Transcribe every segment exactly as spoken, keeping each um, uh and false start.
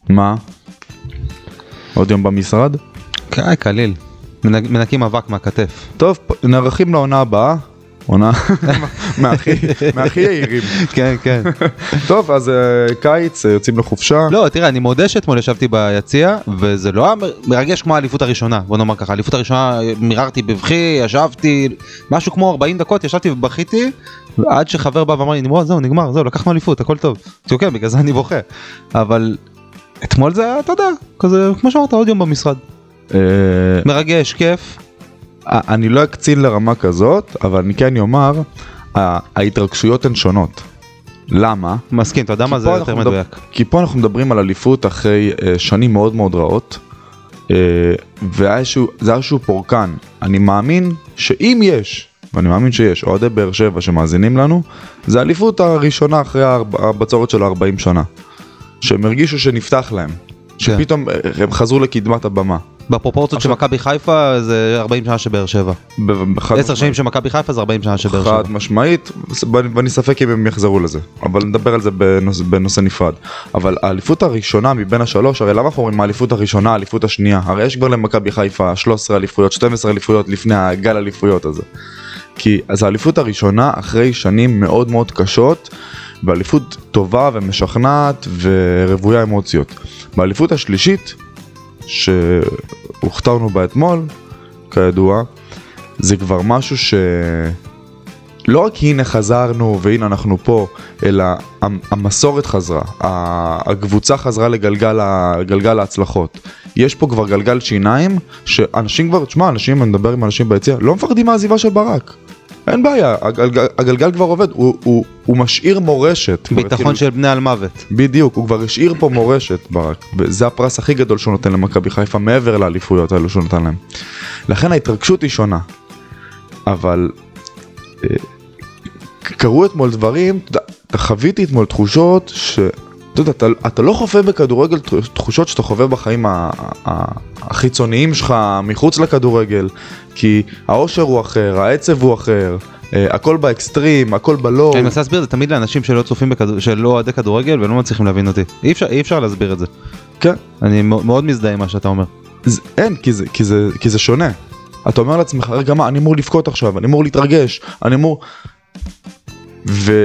מה? עוד יום במשרד? כן, קליל. מנקים אבק מהכתף. טוב, נערכים לעונה הבאה. עונה מהכי יעירים. כן, כן. טוב, אז קיץ, יוצאים לחופשה. לא, תראה, אני מודה שאתמול ישבתי ביציע, וזה לא היה מרגש כמו האליפות הראשונה, בוא נאמר ככה, האליפות הראשונה מיררתי בבכי, ישבתי, משהו כמו ארבעים דקות, ישבתי ובכיתי, עד שחבר בא ואמר לי, נמרוד, זהו, נגמר, זהו, לקחנו אליפות, הכל טוב. כן, בגלל זה אני בוכה. אבל אתמול זה היה, אתה יודע, כזה, כמו שאמרת, עוד יום במשרד. מרגש, כיף. אני לא אקצין לרמה כזאת, אבל אני כן אומר, ההתרגשויות הן שונות. למה? מסכים, אתה יודע מה זה יותר מדויק. כי פה אנחנו מדברים על אליפות אחרי שנים מאוד מאוד רעות, וזה היה איזשהו פורקן. אני מאמין שאם יש, ואני מאמין שיש, אוהדי באר שבע שמאזינים לנו, זה האליפות הראשונה אחרי הבצורת של ארבעים שנה. שהם הרגישו שנפתח להם, שפתאום הם חזרו לקדמת הבמה. בפרופורציות של מכבי חיפה זה ארבעים שנה שבאר שבע. עשר שנים של מכבי חיפה זה ארבעים שנה שבאר שבע. חד משמעית, ואני ספק אם הם יחזרו לזה, אבל נדבר על זה בנושא נפרד. אבל האליפות הראשונה מבין השלוש, הרי למה אנחנו אומרים האליפות הראשונה, האליפות השנייה? הרי יש כבר למכבי חיפה שלוש עשרה אליפויות, שתים עשרה אליפויות לפני הגל אליפויות הזה. כי אז האליפות הראשונה אחרי שנים מאוד מאוד קשות, באליפות טובה ומשכנעת ורבויה אמוציות. באליפות השלישית, שהוכתרנו בה אתמול, כידוע, זה כבר משהו שלא רק הנה חזרנו והנה אנחנו פה, אלא המסורת חזרה, הקבוצה חזרה לגלגל ההצלחות. יש פה כבר גלגל שיניים, שאנשים כבר, תשמע, אנשים, אני מדבר עם אנשים ביציע, לא מפחדים מהעזיבה של ברק. אין בעיה, הגלגל, הגלגל כבר עובד, הוא, הוא, הוא משאיר מורשת. ביטחון של בני על מוות. בדיוק, הוא כבר השאיר פה מורשת ברק, וזה הפרס הכי גדול שהוא נותן למכבי חיפה, מעבר לאליפויות האלו שהוא נותן להם. לכן ההתרגשות היא שונה, אבל קרו אתמול דברים, אתה חוויתי אתמול תחושות ש... אתה יודע, אתה, אתה לא חווה בכדורגל תחושות שאתה חווה בחיים החיצוניים שלך מחוץ לכדורגל, כי האושר הוא אחר, העצב הוא אחר, הכל באקסטרים, הכל בלא. אני מנסה להסביר את זה תמיד לאנשים שלא צופים בכדורגל, שלא אוהדי כדורגל ולא מצליחים להבין אותי. אי אפשר, אי אפשר להסביר את זה. כן. אני מאוד מזדהה עם מה שאתה אומר. זה, אין, כי זה, כי זה, כי זה שונה. אתה אומר לעצמך, רגע מה, אני אמור לבכות עכשיו, אני אמור להתרגש, אני אמור... ו...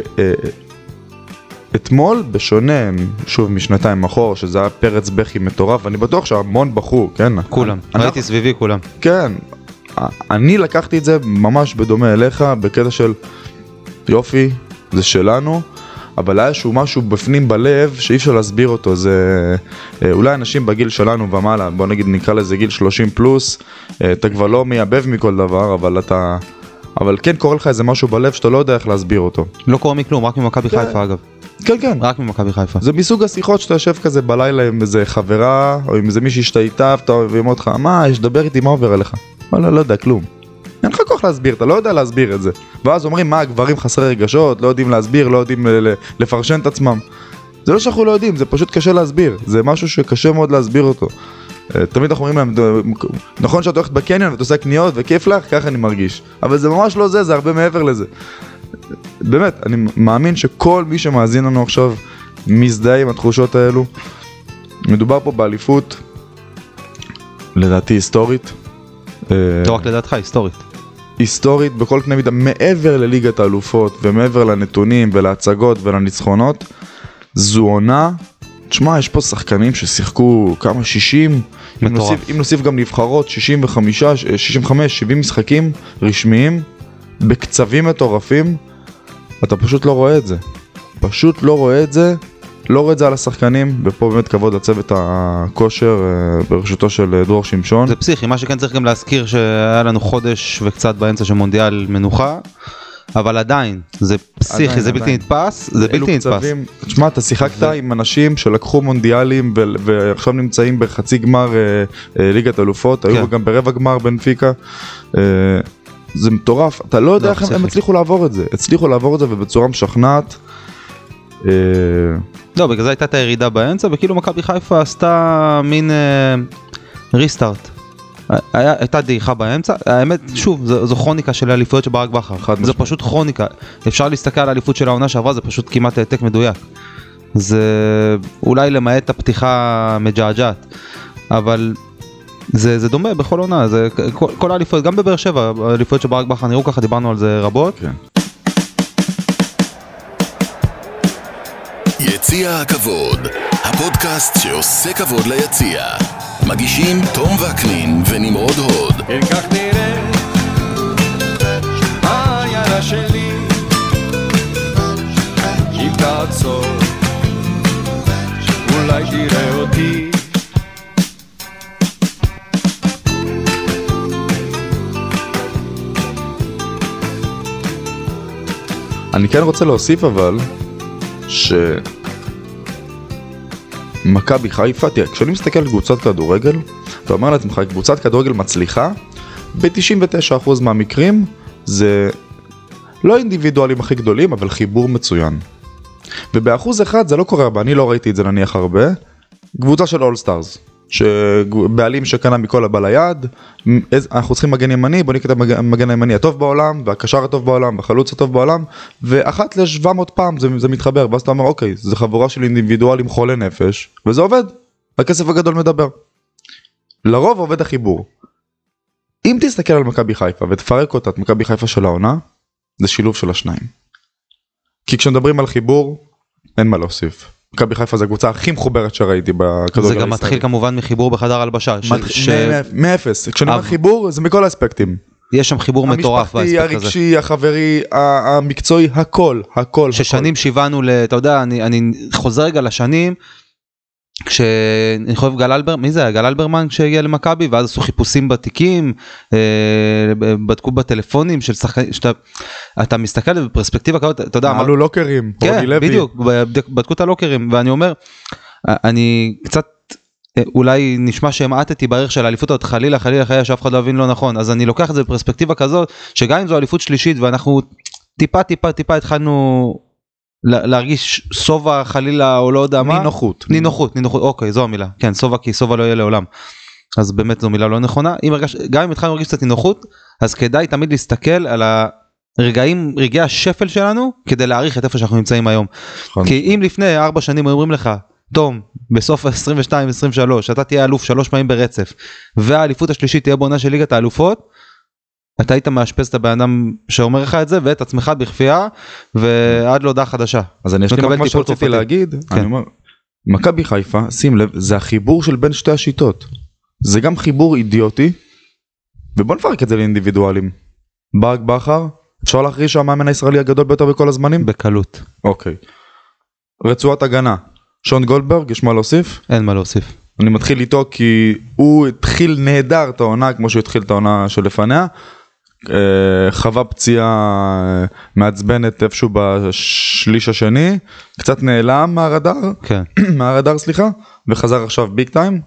אתמול, בשונה, שוב, משנתיים אחור, שזה היה פרץ בכי מטורף, אני בטוח שהמון בחו, כן? כולם, ראיתי סביבי כולם. כן, אני לקחתי את זה ממש בדומה אליך, בקטע של יופי, זה שלנו, אבל היה שהוא משהו בפנים בלב, שאי אפשר להסביר אותו, זה אולי אנשים בגיל שלנו ומעלה, בוא נגיד נקרא לזה גיל שלושים פלוס, אתה כבר לא מייבב מכל דבר, אבל אתה... אבל כן קורה לך איזה משהו בלב שאתה לא יודע איך להסביר אותו. לא קורה מכלום, רק ממכבי חיפה אגב. כן, כן. רק ממכבי חיפה. זה מסוג השיחות שאתה יושב כזה בלילה עם איזה חברה, או עם איזה מישהי שאתה איתה, ואומר אותך, מה, יש לדבר איתי, מה עובר עליך? וואלה, לא יודע, כלום. אין לך כוח להסביר, אתה לא יודע להסביר את זה. ואז אומרים, מה, הגברים חסרי רגשות, לא יודעים להסביר, לא יודעים לפרשן את עצמם. זה לא שאנחנו לא יודעים, זה פשוט קשה להסביר. זה משהו שקשה מאוד להסביר אותו. תמיד אנחנו אומרים להם, נכון שאת הולכת בקניון ואת עושה קניות וכיף לך, ככה אני מרגיש. אבל זה ממש לא זה, זה הרבה מעבר לזה. באמת, אני מאמין שכל מי שמאזין לנו עכשיו מזדהה עם התחושות האלו. מדובר פה באליפות, לדעתי היסטורית. לא רק לדעתך, היסטורית. היסטורית בכל קנה מידה, מעבר לליגת האלופות ומעבר לנתונים ולהצגות ולניצחונות, זו עונה, תשמע, יש פה שחקנים ששיחקו כמה שישים, אם נוסיף, אם נוסיף גם נבחרות, שישים וחמש, שישים וחמש, שבעים משחקים רשמיים, בקצבים מטורפים, אתה פשוט לא רואה את זה. פשוט לא רואה את זה, לא רואה את זה על השחקנים, ופה באמת כבוד לצוות הכושר ברשותו של דרור שמשון. זה פסיכי, מה שכן צריך גם להזכיר שהיה לנו חודש וקצת באמצע של מונדיאל מנוחה, אבל עדיין, זה פסיכי, זה בלתי נתפס, זה בלתי נתפס. תשמע, אתה שיחקת עם אנשים שלקחו מונדיאלים ועכשיו נמצאים בחצי גמר ליגת אלופות, היו גם ברבע גמר בנפיקה, זה מטורף, אתה לא יודע איך הם הצליחו לעבור את זה, הצליחו לעבור את זה ובצורה משכנעת. לא, בגלל זה הייתה את הירידה באמצע, וכאילו מכבי חיפה עשתה מין ריסטארט. הייתה דעיכה באמצע, האמת, שוב, זו כרוניקה של האליפויות של ברק בכר, זה פשוט כרוניקה, אפשר להסתכל על האליפות של העונה שעברה, זה פשוט כמעט העתק מדויק. זה אולי למעט הפתיחה מג'עג'עת, אבל זה, זה דומה בכל עונה, זה כל, כל האליפויות, גם בבאר שבע, האליפויות של ברק בכר נראו ככה, דיברנו על זה רבות. כן. יציע הכבוד, הפודקאסט שעושה כבוד ליציע. מגישים תום וקנין ונמרוד הוד. כן כך נראה העיירה שלי, אם תעצור אולי תראה אותי. אני כן רוצה להוסיף אבל שמכבי חיפה, תראה, כשאני מסתכל על קבוצת כדורגל, אתה אומר לעצמך, קבוצת כדורגל מצליחה, ב-תשעים ותשעה אחוז מהמקרים זה לא אינדיבידואלים הכי גדולים, אבל חיבור מצוין. ובאחוז אחד זה לא קורה הרבה, אני לא ראיתי את זה נניח הרבה, קבוצה של אול סטארס, שבעלים שקנה מכל הבא ליד, אנחנו צריכים מגן ימני, בוא נקרא את המגן הימני הטוב בעולם, והקשר הטוב בעולם, והחלוץ הטוב בעולם, ואחת ל-שבע מאות פעם זה, זה מתחבר, ואז אתה אומר, אוקיי, זה חבורה של אינדיבידואלים חולי נפש, וזה עובד, הכסף הגדול מדבר. לרוב עובד החיבור. אם תסתכל על מכבי חיפה, ותפרק אותה, את מכבי חיפה של העונה, זה שילוב של השניים. כי כשמדברים על חיבור, אין מה להוסיף. מכבי חיפה זה הקבוצה הכי מחוברת שראיתי בכדורגל הישראלי. זה גם מתחיל כמובן מחיבור בחדר הלבשה. מאפס. כשאני אומר חיבור זה מכל האספקטים. יש שם חיבור מטורף באספקט הזה. המשפחתי, הרגשי, החברי, המקצועי, הכל, הכל. ששנים שיוונו, אתה יודע, אני חוזר רגע לשנים, כשאני חושב גל אלברמן, מי זה היה? גל אלברמן כשהגיע למכבי, ואז עשו חיפושים בתיקים, בדקו בטלפונים של שחקנים, אתה מסתכל בפרספקטיבה כזאת, אתה יודע, עלו לוקרים, רוני לוי. בדיוק, בדקו את הלוקרים, ואני אומר, אני קצת, אולי נשמע שהמעטתי בערך של האליפות, עוד חלילה, חלילה, חלילה, שאף אחד לא הבין לא נכון, אז אני לוקח את זה בפרספקטיבה כזאת, שגם אם זו אליפות שלישית, ואנחנו טיפה, טיפה, טיפה התחלנו להרגיש סובה חלילה או לא יודע מה. נינוחות. נינוחות, נינוחות, אוקיי, זו המילה. כן, סובה כי סובה לא יהיה לעולם. אז באמת זו מילה לא נכונה. אם הרגש, גם אם התחלנו להרגיש קצת נינוחות, אז כדאי תמיד להסתכל על הרגעים, רגעי השפל שלנו, כדי להעריך את איפה שאנחנו נמצאים היום. כי אם לפני ארבע שנים אומרים לך, תום, בסוף עשרים ושתיים עשרים ושלוש, אתה תהיה אלוף שלוש פעמים ברצף, והאליפות השלישית תהיה בעונה של ליגת האלופות, אתה היית מאשפז את הבן אדם שאומר לך את זה, ואת עצמך בכפייה, ועד להודעה חדשה. אז אני יש לי מה שרציתי להגיד, אני אומר, מכבי חיפה, שים לב, זה החיבור של בין שתי השיטות. זה גם חיבור אידיוטי, ובוא נפרק את זה לאינדיבידואלים. ברק בכר, אפשר להכריז שהמאמן הישראלי הגדול ביותר בכל הזמנים? בקלות. אוקיי. רצועת הגנה, שון גולדברג, יש מה להוסיף? אין מה להוסיף. אני מתחיל איתו כי הוא התחיל נהדר את העונה, כמו שהוא התחיל את העונה שלפניה, חווה פציעה מעצבנת איפשהו בשליש השני, קצת נעלם מהרדאר, כן. מהרדאר סליחה, וחזר עכשיו ביג טיים.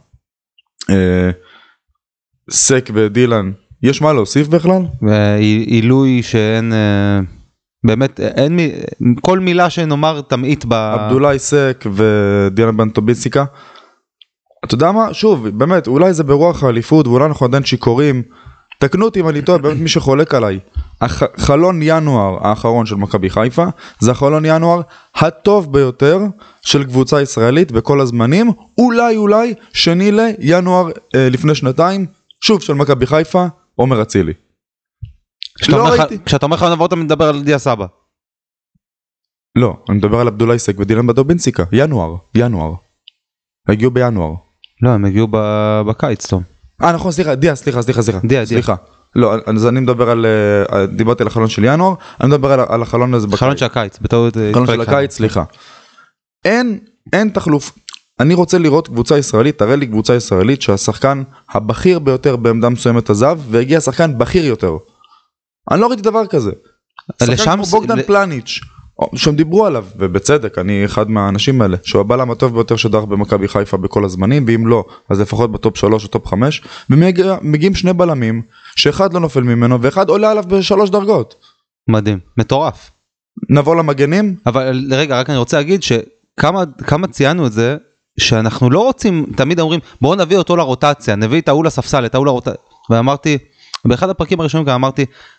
סק ודילן, יש מה להוסיף בכלל? עילוי שאין, באמת, אין מי, כל מילה שנאמר תמעיט ב... עבדולאי סק ודילן בנטוביסיקה, אתה יודע מה? שוב, באמת, אולי זה ברוח האליפות, ואולי אנחנו עדיין שיקורים, תקנו אותי אם אני טועה, באמת מי שחולק עליי, החלון ינואר האחרון של מכבי חיפה, זה החלון ינואר הטוב ביותר של קבוצה ישראלית בכל הזמנים, אולי אולי שני לינואר אה, לפני שנתיים, שוב של מכבי חיפה, עומר אצילי. לא ראיתי. כשאתה אומר לך נבוא אתה מדבר על דיה סבא. לא, אני מדבר על עבדולאי סק ודילן בנטוביסיקה, ינואר, ינואר. הגיעו בינואר. לא, הם הגיעו בקיץ, טוב. אה, נכון, סליחה, דיה, סליחה, סליחה, סליחה. דיה, סליחה. לא, אז אני מדבר על, דיברתי על החלון של ינואר, אני מדבר על, על החלון הזה בקיץ. חלון של הקיץ, בטעות. חלון של הקיץ, סליחה. אין, אין תחלוף. אני רוצה לראות קבוצה ישראלית, תראה לי קבוצה ישראלית שהשחקן הבכיר ביותר בעמדה מסוימת עזב, והגיע שחקן בכיר יותר. אני לא ראיתי דבר כזה. שחקן כמו בוגדן פלניץ', שהם דיברו עליו, ובצדק, אני אחד מהאנשים האלה, שהוא הבלם הטוב ביותר שדרך במכבי חיפה בכל הזמנים, ואם לא, אז לפחות בטופ שלוש או טופ חמש, ומגיעים שני בלמים, שאחד לא נופל ממנו, ואחד עולה עליו בשלוש דרגות. מדהים, מטורף. נבוא למגנים? אבל רגע, רק אני רוצה להגיד שכמה כמה ציינו את זה, שאנחנו לא רוצים, תמיד אומרים, בואו נביא אותו לרוטציה, נביא את ההוא לספסל, את ההוא לרוטציה, ואמרתי, באחד הפרקים הראשונים כאן אמרתי,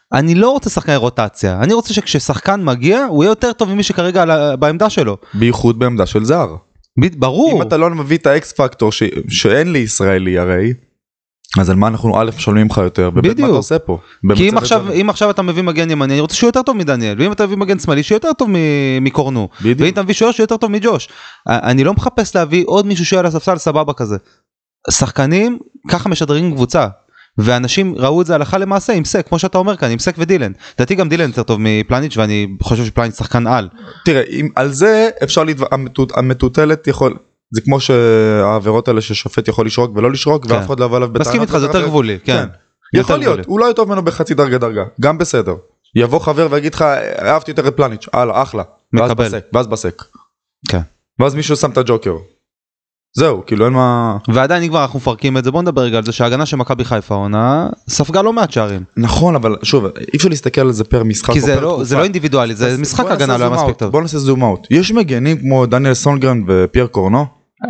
אני לא רוצה שחקני רוטציה, אני רוצה שכששחקן מגיע, הוא יהיה יותר טוב ממי שכרגע על- בעמדה שלו. בייחוד בעמדה של זר. ב- ברור. אם אתה לא מביא את האקס פקטור ש... שאין לי ישראלי הרי, אז על מה אנחנו א' משלמים לך יותר, וב' מה בדיוק. אתה עושה פה? כי אם במצב עכשיו, הזה. אם עכשיו אתה מביא מגן ימני, אני רוצה שהוא יותר טוב מדניאל, ואם אתה מביא מגן שמאלי, שהוא יותר טוב מ- מקורנו, בדיוק. ואם אתה מביא שוער שהוא יותר טוב מג'וש. אני לא מחפש להביא עוד מישהו שיהיה על הספסל סבבה כזה. שחקנים, ככה משדרגים קבוצה, ואנשים ראו את זה הלכה למעשה עם סק, כמו שאתה אומר כאן, עם סק ודילן. לדעתי גם דילן יותר טוב מפלניץ', ואני חושב שפלניץ' שחקן על. תראה, אם, על זה אפשר לדבר, המטוט, המטוטלת יכול, זה כמו שהעבירות האלה ששופט יכול לשרוק ולא לשרוק, כן. ואף אחד לא עבד עליו בטענות. מסכים איתך, זה יותר גבולי, כן. יותר יכול להיות, גבולי. הוא לא יהיה טוב ממנו בחצי דרגה דרגה, גם בסדר. יבוא חבר ויגיד לך, אהבתי יותר את פלניץ', הלאה, אחלה. ואז מקבל. בסק, ואז בסק. כן. ואז מישהו שם את הג'וקר. זהו, כאילו אין מה... ועדיין אם כבר אנחנו מפרקים את זה, בוא נדבר רגע על זה שההגנה של מכבי חיפה עונה ספגה לא מעט שערים. נכון, אבל שוב, אי אפשר להסתכל על זה פר משחק. כי או זה פר לא, תקופה. זה לא אינדיבידואלי, זה אז משחק בוא נעשה הגנה לא היה זום מספיק אאוט, טוב. בוא נעשה זום אאוט. יש מגנים כמו דניאל סונגרן ופייר קורנו?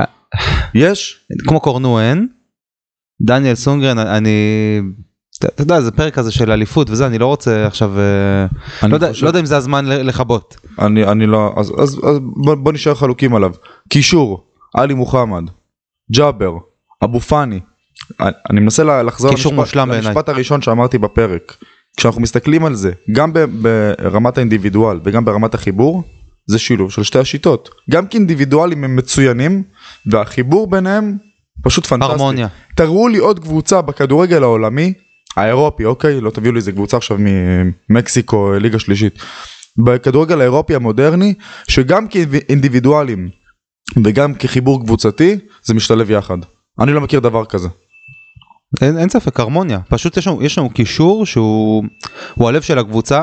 יש? כמו קורנו אין, דניאל סונגרן, אני, אתה יודע, זה פרק הזה של אליפות וזה, אני לא רוצה עכשיו, אה, אני לא יודע- חושב- לא יודע אם זה הזמן ל- לכבות. אני, אני לא, אז, אז, אז בוא, בוא נשאר חלוקים עליו. קישור, עלי מוחמד, ג'אבר, אבו פאני. אני, אני מנסה לה- לחזור קישור מושלם בעיניי. למשפט הראשון שאמרתי בפרק. כשאנחנו מסתכלים על זה, גם ב, ברמת האינדיבידואל וגם ברמת החיבור, זה שילוב של שתי השיטות. גם כאינדיבידואלים הם מצוינים, והחיבור ביניהם פשוט פנטסטי. הרמוניה. תראו לי עוד קבוצה בכדורגל העולמי, האירופי, אוקיי, לא תביאו לי איזה קבוצה עכשיו ממקסיקו, ליגה שלישית. בכדורגל האירופי המודרני, שגם כאינדיבידואלים וגם כחיבור קבוצתי, זה משתלב יחד. אני לא מכיר דבר כזה. אין, אין ספק, הרמוניה, פשוט יש לנו, יש לנו קישור שהוא הוא הלב של הקבוצה,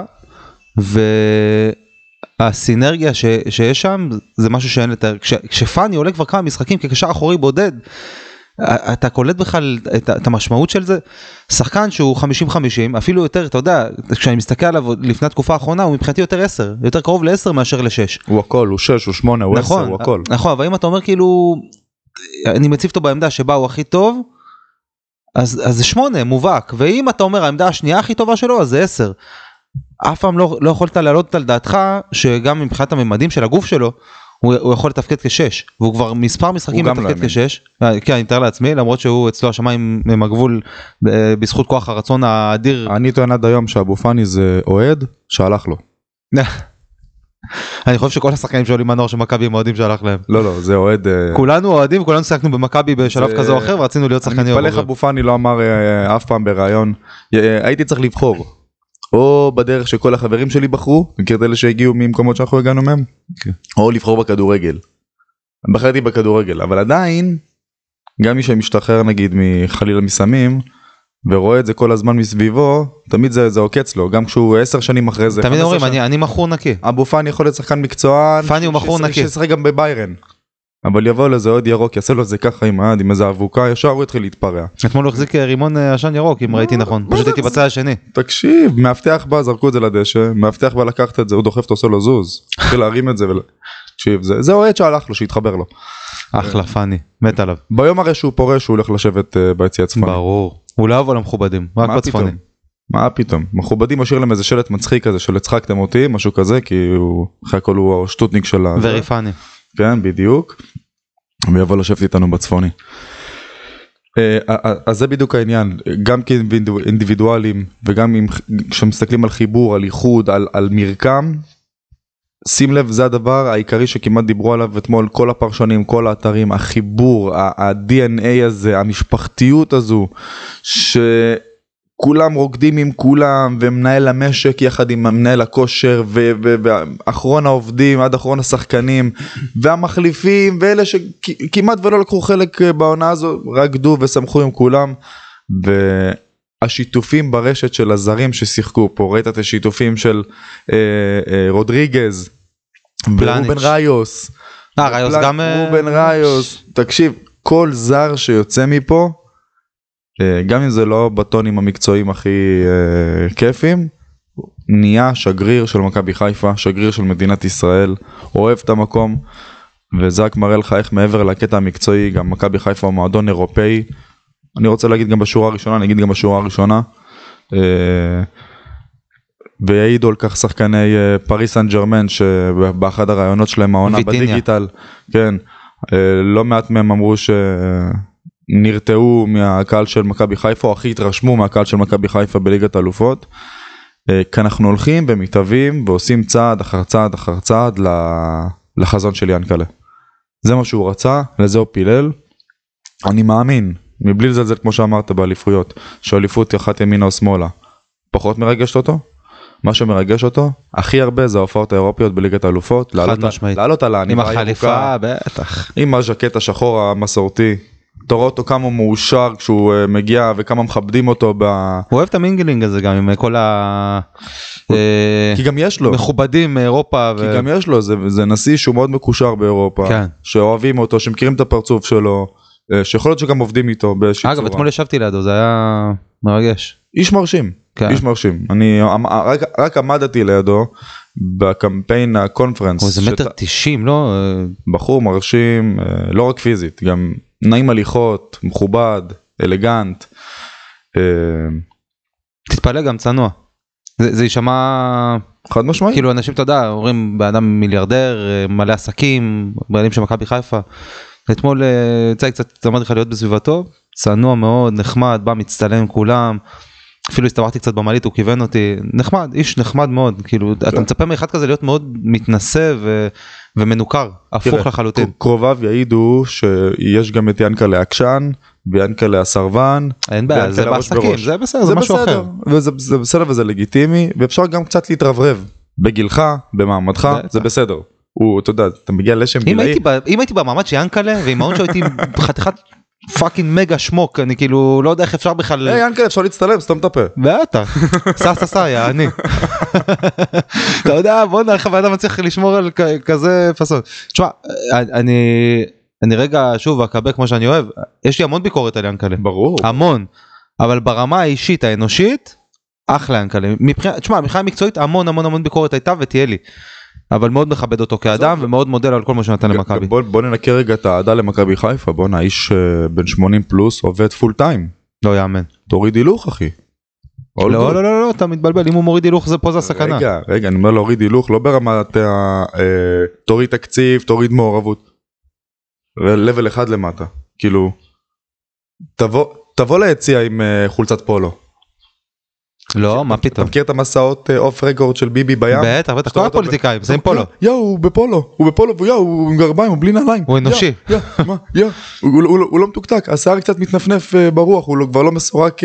והסינרגיה ש, שיש שם זה משהו שאין לתאר. כש, כשפני עולה כבר כמה משחקים כקשר אחורי בודד, אתה קולט בכלל את, את המשמעות של זה. שחקן שהוא חמישים חמישים, אפילו יותר, אתה יודע, כשאני מסתכל עליו לפני התקופה האחרונה, הוא מבחינתי יותר עשר, יותר קרוב ל-עשר מאשר ל-שש. הוא הכל, הוא שש, הוא שמונה, הוא עשר, הוא הכל. נכון, אבל אם אתה אומר כאילו, אני מציב אותו בעמדה שבה הוא הכי טוב, אז, אז זה שמונה, מובהק, ואם אתה אומר העמדה השנייה הכי טובה שלו, אז זה עשר. אף פעם לא, לא יכולת להעלות על דעתך, שגם מבחינת הממדים של הגוף שלו, הוא, הוא יכול לתפקד כשש, והוא כבר מספר משחקים מתפקד כשש, כן, אני מתאר לעצמי, למרות שהוא אצלו השמיים עם הגבול, בזכות כוח הרצון האדיר. אני טוען עד היום שאבו פאני זה אוהד שהלך לו. אני חושב שכל השחקנים שעולים מהנוער של מכבי הם אוהדים שהלך להם. לא, לא, זה אוהד... כולנו אוהדים, כולנו שיחקנו במכבי בשלב כזה או אחר, ורצינו להיות שחקנים. אני מתפלא אבו פאני לא אמר אף פעם בראיון, הייתי צריך לבחור, או בדרך שכל החברים שלי בחרו, מכיר את אלה שהגיעו ממקומות שאנחנו הגענו מהם, או לבחור בכדורגל. בחרתי בכדורגל, אבל עדיין, גם מי שמשתחרר נגיד מחלילה מסמים, ורואה את זה כל הזמן מסביבו, תמיד זה, זה עוקץ לו, גם כשהוא עשר שנים אחרי זה. תמיד אומרים, אני, אני מכור נקי. אבו פאני יכול להיות שחקן מקצוען, פאני הוא מכור נקי. ששחק גם בביירן. אבל יבוא לזה עוד ירוק, יעשה לו את זה ככה עם היד, עם איזה אבוקה, ישר הוא יתחיל להתפרע. אתמול הוא החזיק רימון עשן ירוק, אם ראיתי נכון, פשוט הייתי בצד השני. תקשיב, מאבטח בא, זרקו את זה לדשא, מאבטח בא לקחת את זה, הוא דוחף אותו, עושה לו זוז, התחיל להרים את זה, תקשיב, זה אוהד שהלך לו, שהתחבר לו. אחלה, פאני, מת עליו. ביום הרי שהוא פורש, הוא הולך לשבת ביציע הצפוני. ברור, הוא לא אוהב על המכובדים, רק בצפוני. מה פתאום? מכובדים משאיר להם איזה שלט מצחיק כזה, של הצחקתם אותי, משהו כזה, כי הוא, אחרי הכל הוא השטוטניק של ה... ורי פאני. כן, בדיוק. ויבוא לשבת איתנו בצפוני. אז זה בדיוק העניין, גם כאינדיבידואלים וגם כשמסתכלים על חיבור, על איחוד, על, על מרקם, שים לב, זה הדבר העיקרי שכמעט דיברו עליו אתמול, כל הפרשנים, כל האתרים, החיבור, ה-די אן איי הזה, המשפחתיות הזו, ש... כולם רוקדים עם כולם, ומנהל המשק יחד עם מנהל הכושר, ואחרון העובדים עד אחרון השחקנים, והמחליפים, ואלה שכמעט ולא לקחו חלק בעונה הזו, רקדו ושמחו עם כולם, והשיתופים ברשת של הזרים ששיחקו פה, ראית את השיתופים של אה, אה, רודריגז, ורובן ראיוס, אה, ראיוס גם... רובן ראיוס, תקשיב, כל זר שיוצא מפה, גם אם זה לא בטונים המקצועיים הכי uh, כיפים, נהיה שגריר של מכבי חיפה, שגריר של מדינת ישראל, אוהב את המקום, וזה רק מראה לך איך מעבר לקטע המקצועי, גם מכבי חיפה הוא מועדון אירופאי, אני רוצה להגיד גם בשורה הראשונה, אני אגיד גם בשורה הראשונה, uh, ויעידו על כך שחקני פריס סן ג'רמן, שבאחד הרעיונות שלהם העונה בדיגיטל, כן, לא מעט מהם אמרו שנרתעו מהקהל של מכבי חיפה, או הכי התרשמו מהקהל של מכבי חיפה בליגת האלופות, כי אנחנו הולכים ומתאבים ועושים צעד אחר צעד אחר צעד לחזון של ינקלה. זה מה שהוא רצה, לזה הוא פילל. אני מאמין, מבלי לזלזל כמו שאמרת באליפויות, שהאליפות היא אחת ימינה או שמאלה, פחות מרגשת אותו. מה שמרגש אותו, הכי הרבה זה ההופעות האירופיות בליגת האלופות, לעלות על העניבה הירוקה, עם החליפה, בטח. עם הז'קט השחור המסורתי. אתה רואה אותו כמה מאושר כשהוא מגיע וכמה מכבדים אותו. ב... הוא אוהב את המינגלינג הזה גם עם כל ה... כי גם יש לו. מכובדים מאירופה. כי ו... גם יש לו, זה, זה נשיא שהוא מאוד מקושר באירופה. כן. שאוהבים אותו, שמכירים את הפרצוף שלו, שיכול להיות שגם עובדים איתו באיזושהי צורה. אגב, אתמול ישבתי לידו, זה היה מרגש. איש מרשים, כן. איש מרשים. אני רק, רק עמדתי לידו בקמפיין הקונפרנס. הוא זה מטר תשעים, לא? בחור מרשים, לא רק פיזית, גם נעים הליכות, מכובד, אלגנט. תתפלא גם צנוע. זה, זה יישמע... חד משמעי. כאילו אנשים, אתה יודע, אומרים באדם מיליארדר, מלא עסקים, בעלים של מכבי חיפה. אתמול יצא קצת, אמרתי לך להיות בסביבתו, צנוע מאוד, נחמד, בא מצטלם עם כולם. אפילו הסתברתי קצת במעלית, הוא כיוון אותי, נחמד, איש נחמד מאוד, כאילו, אתה מצפה מאחד כזה להיות מאוד מתנשא ו... ומנוכר, הפוך לחלוטין. קרוביו יעידו שיש גם את ינקלה עקשן, וינקלה הסרבן. אין בעיה, זה בעסקים, זה בסדר, זה משהו אחר. זה בסדר וזה לגיטימי, ואפשר גם קצת להתרברב, בגילך, במעמדך, זה בסדר. הוא, אתה יודע, אתה מגיע לשם גילאי. אם הייתי במעמד שינקלה, ועם ההון שהייתי חתיכת פאקינג מגה שמוק, אני כאילו לא יודע איך אפשר בכלל... היי ינקלה, אפשר להצטלם, סתום את הפה. בטח, סע סע סע, יעני. אתה יודע, בוא נראה, ואתה מצליח לשמור על כזה פסון. תשמע, אני אני רגע שוב אקבל כמו שאני אוהב, יש לי המון ביקורת על ינקלה. ברור. המון, אבל ברמה האישית האנושית, אחלה ינקלה. תשמע, מבחינה מקצועית המון המון המון ביקורת הייתה ותהיה לי. אבל מאוד מכבד אותו כאדם ומאוד מודל על כל מה שנתן למכבי. בוא, בוא ננקה רגע את העדה למכבי חיפה, בוא נאיש בן שמונים פלוס עובד פול טיים. לא יאמן. תוריד הילוך אחי. לא לא לא לא, אתה מתבלבל, אם הוא מוריד הילוך זה פה זה הסכנה. רגע, רגע, אני אומר להוריד הילוך, לא ברמת תוריד תקציב, תוריד מעורבות. לבל אחד למטה, כאילו, תבוא, תבוא ליציאה עם חולצת פולו. לא, מה פתאום? אתה מכיר את המסעות אוף רגורד של ביבי בים? בטח, בטח, כל הפוליטיקאים, זה עם פולו. יו, הוא בפולו, הוא בפולו, ויו, הוא עם גרביים, הוא בלי נעליים. הוא אנושי. יו, מה, יו, הוא לא מתוקתק, השיער קצת מתנפנף ברוח, הוא כבר לא מסורק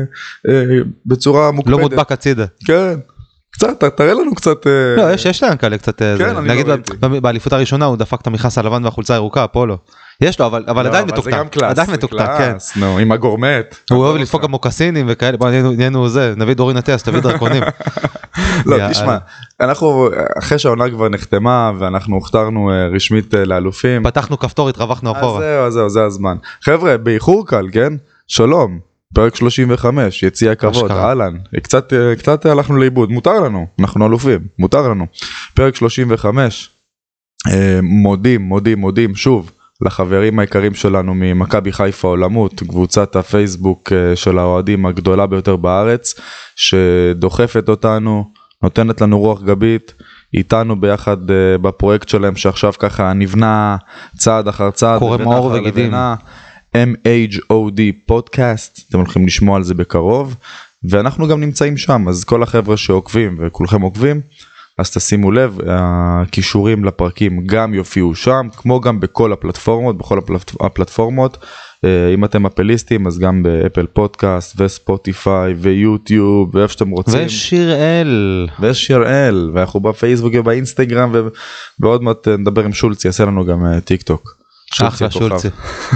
בצורה מוקפדת. לא מודבק הצידה. כן, קצת, תראה לנו קצת. לא, יש להם כאלה קצת, נגיד באליפות הראשונה הוא דפק את המכנס הלבן והחולצה הירוקה, הפולו. יש לו, אבל עדיין מתוקתק, עדיין מתוקתק, כן. עם הגורמט. הוא אוהב לדפוק המוקסינים וכאלה, בוא נהיינו זה, נביא דורי נטס, תביא דרקונים. לא, תשמע, אנחנו, אחרי שהעונה כבר נחתמה, ואנחנו הוכתרנו רשמית לאלופים. פתחנו כפתור, התרווחנו אחורה. זהו, זהו, זה הזמן. חבר'ה, באיחור קל, כן? שלום, פרק שלושים וחמש, יציע כבוד, אהלן. קצת, קצת הלכנו לאיבוד, מותר לנו, אנחנו אלופים, מותר לנו. פרק שלושים וחמש, מודים, מודים, מודים, שוב. לחברים היקרים שלנו ממכבי חיפה עולמות, קבוצת הפייסבוק של האוהדים הגדולה ביותר בארץ, שדוחפת אותנו, נותנת לנו רוח גבית, איתנו ביחד בפרויקט שלהם שעכשיו ככה נבנה צעד אחר צעד. קורא מאור וגידים. אם אייץ' או די פודקאסט, אתם הולכים לשמוע על זה בקרוב, ואנחנו גם נמצאים שם, אז כל החבר'ה שעוקבים וכולכם עוקבים, אז תשימו לב, הקישורים לפרקים גם יופיעו שם, כמו גם בכל הפלטפורמות, בכל הפלטפורמות, אם אתם אפליסטים, אז גם באפל פודקאסט וספוטיפיי ויוטיוב, ואיפה שאתם רוצים. ושיראל. ושיראל, ואנחנו בפייסבוק ובאינסטגרם, ועוד מעט נדבר עם שולצי, יעשה לנו גם טיק טוק. אחלה שולצי.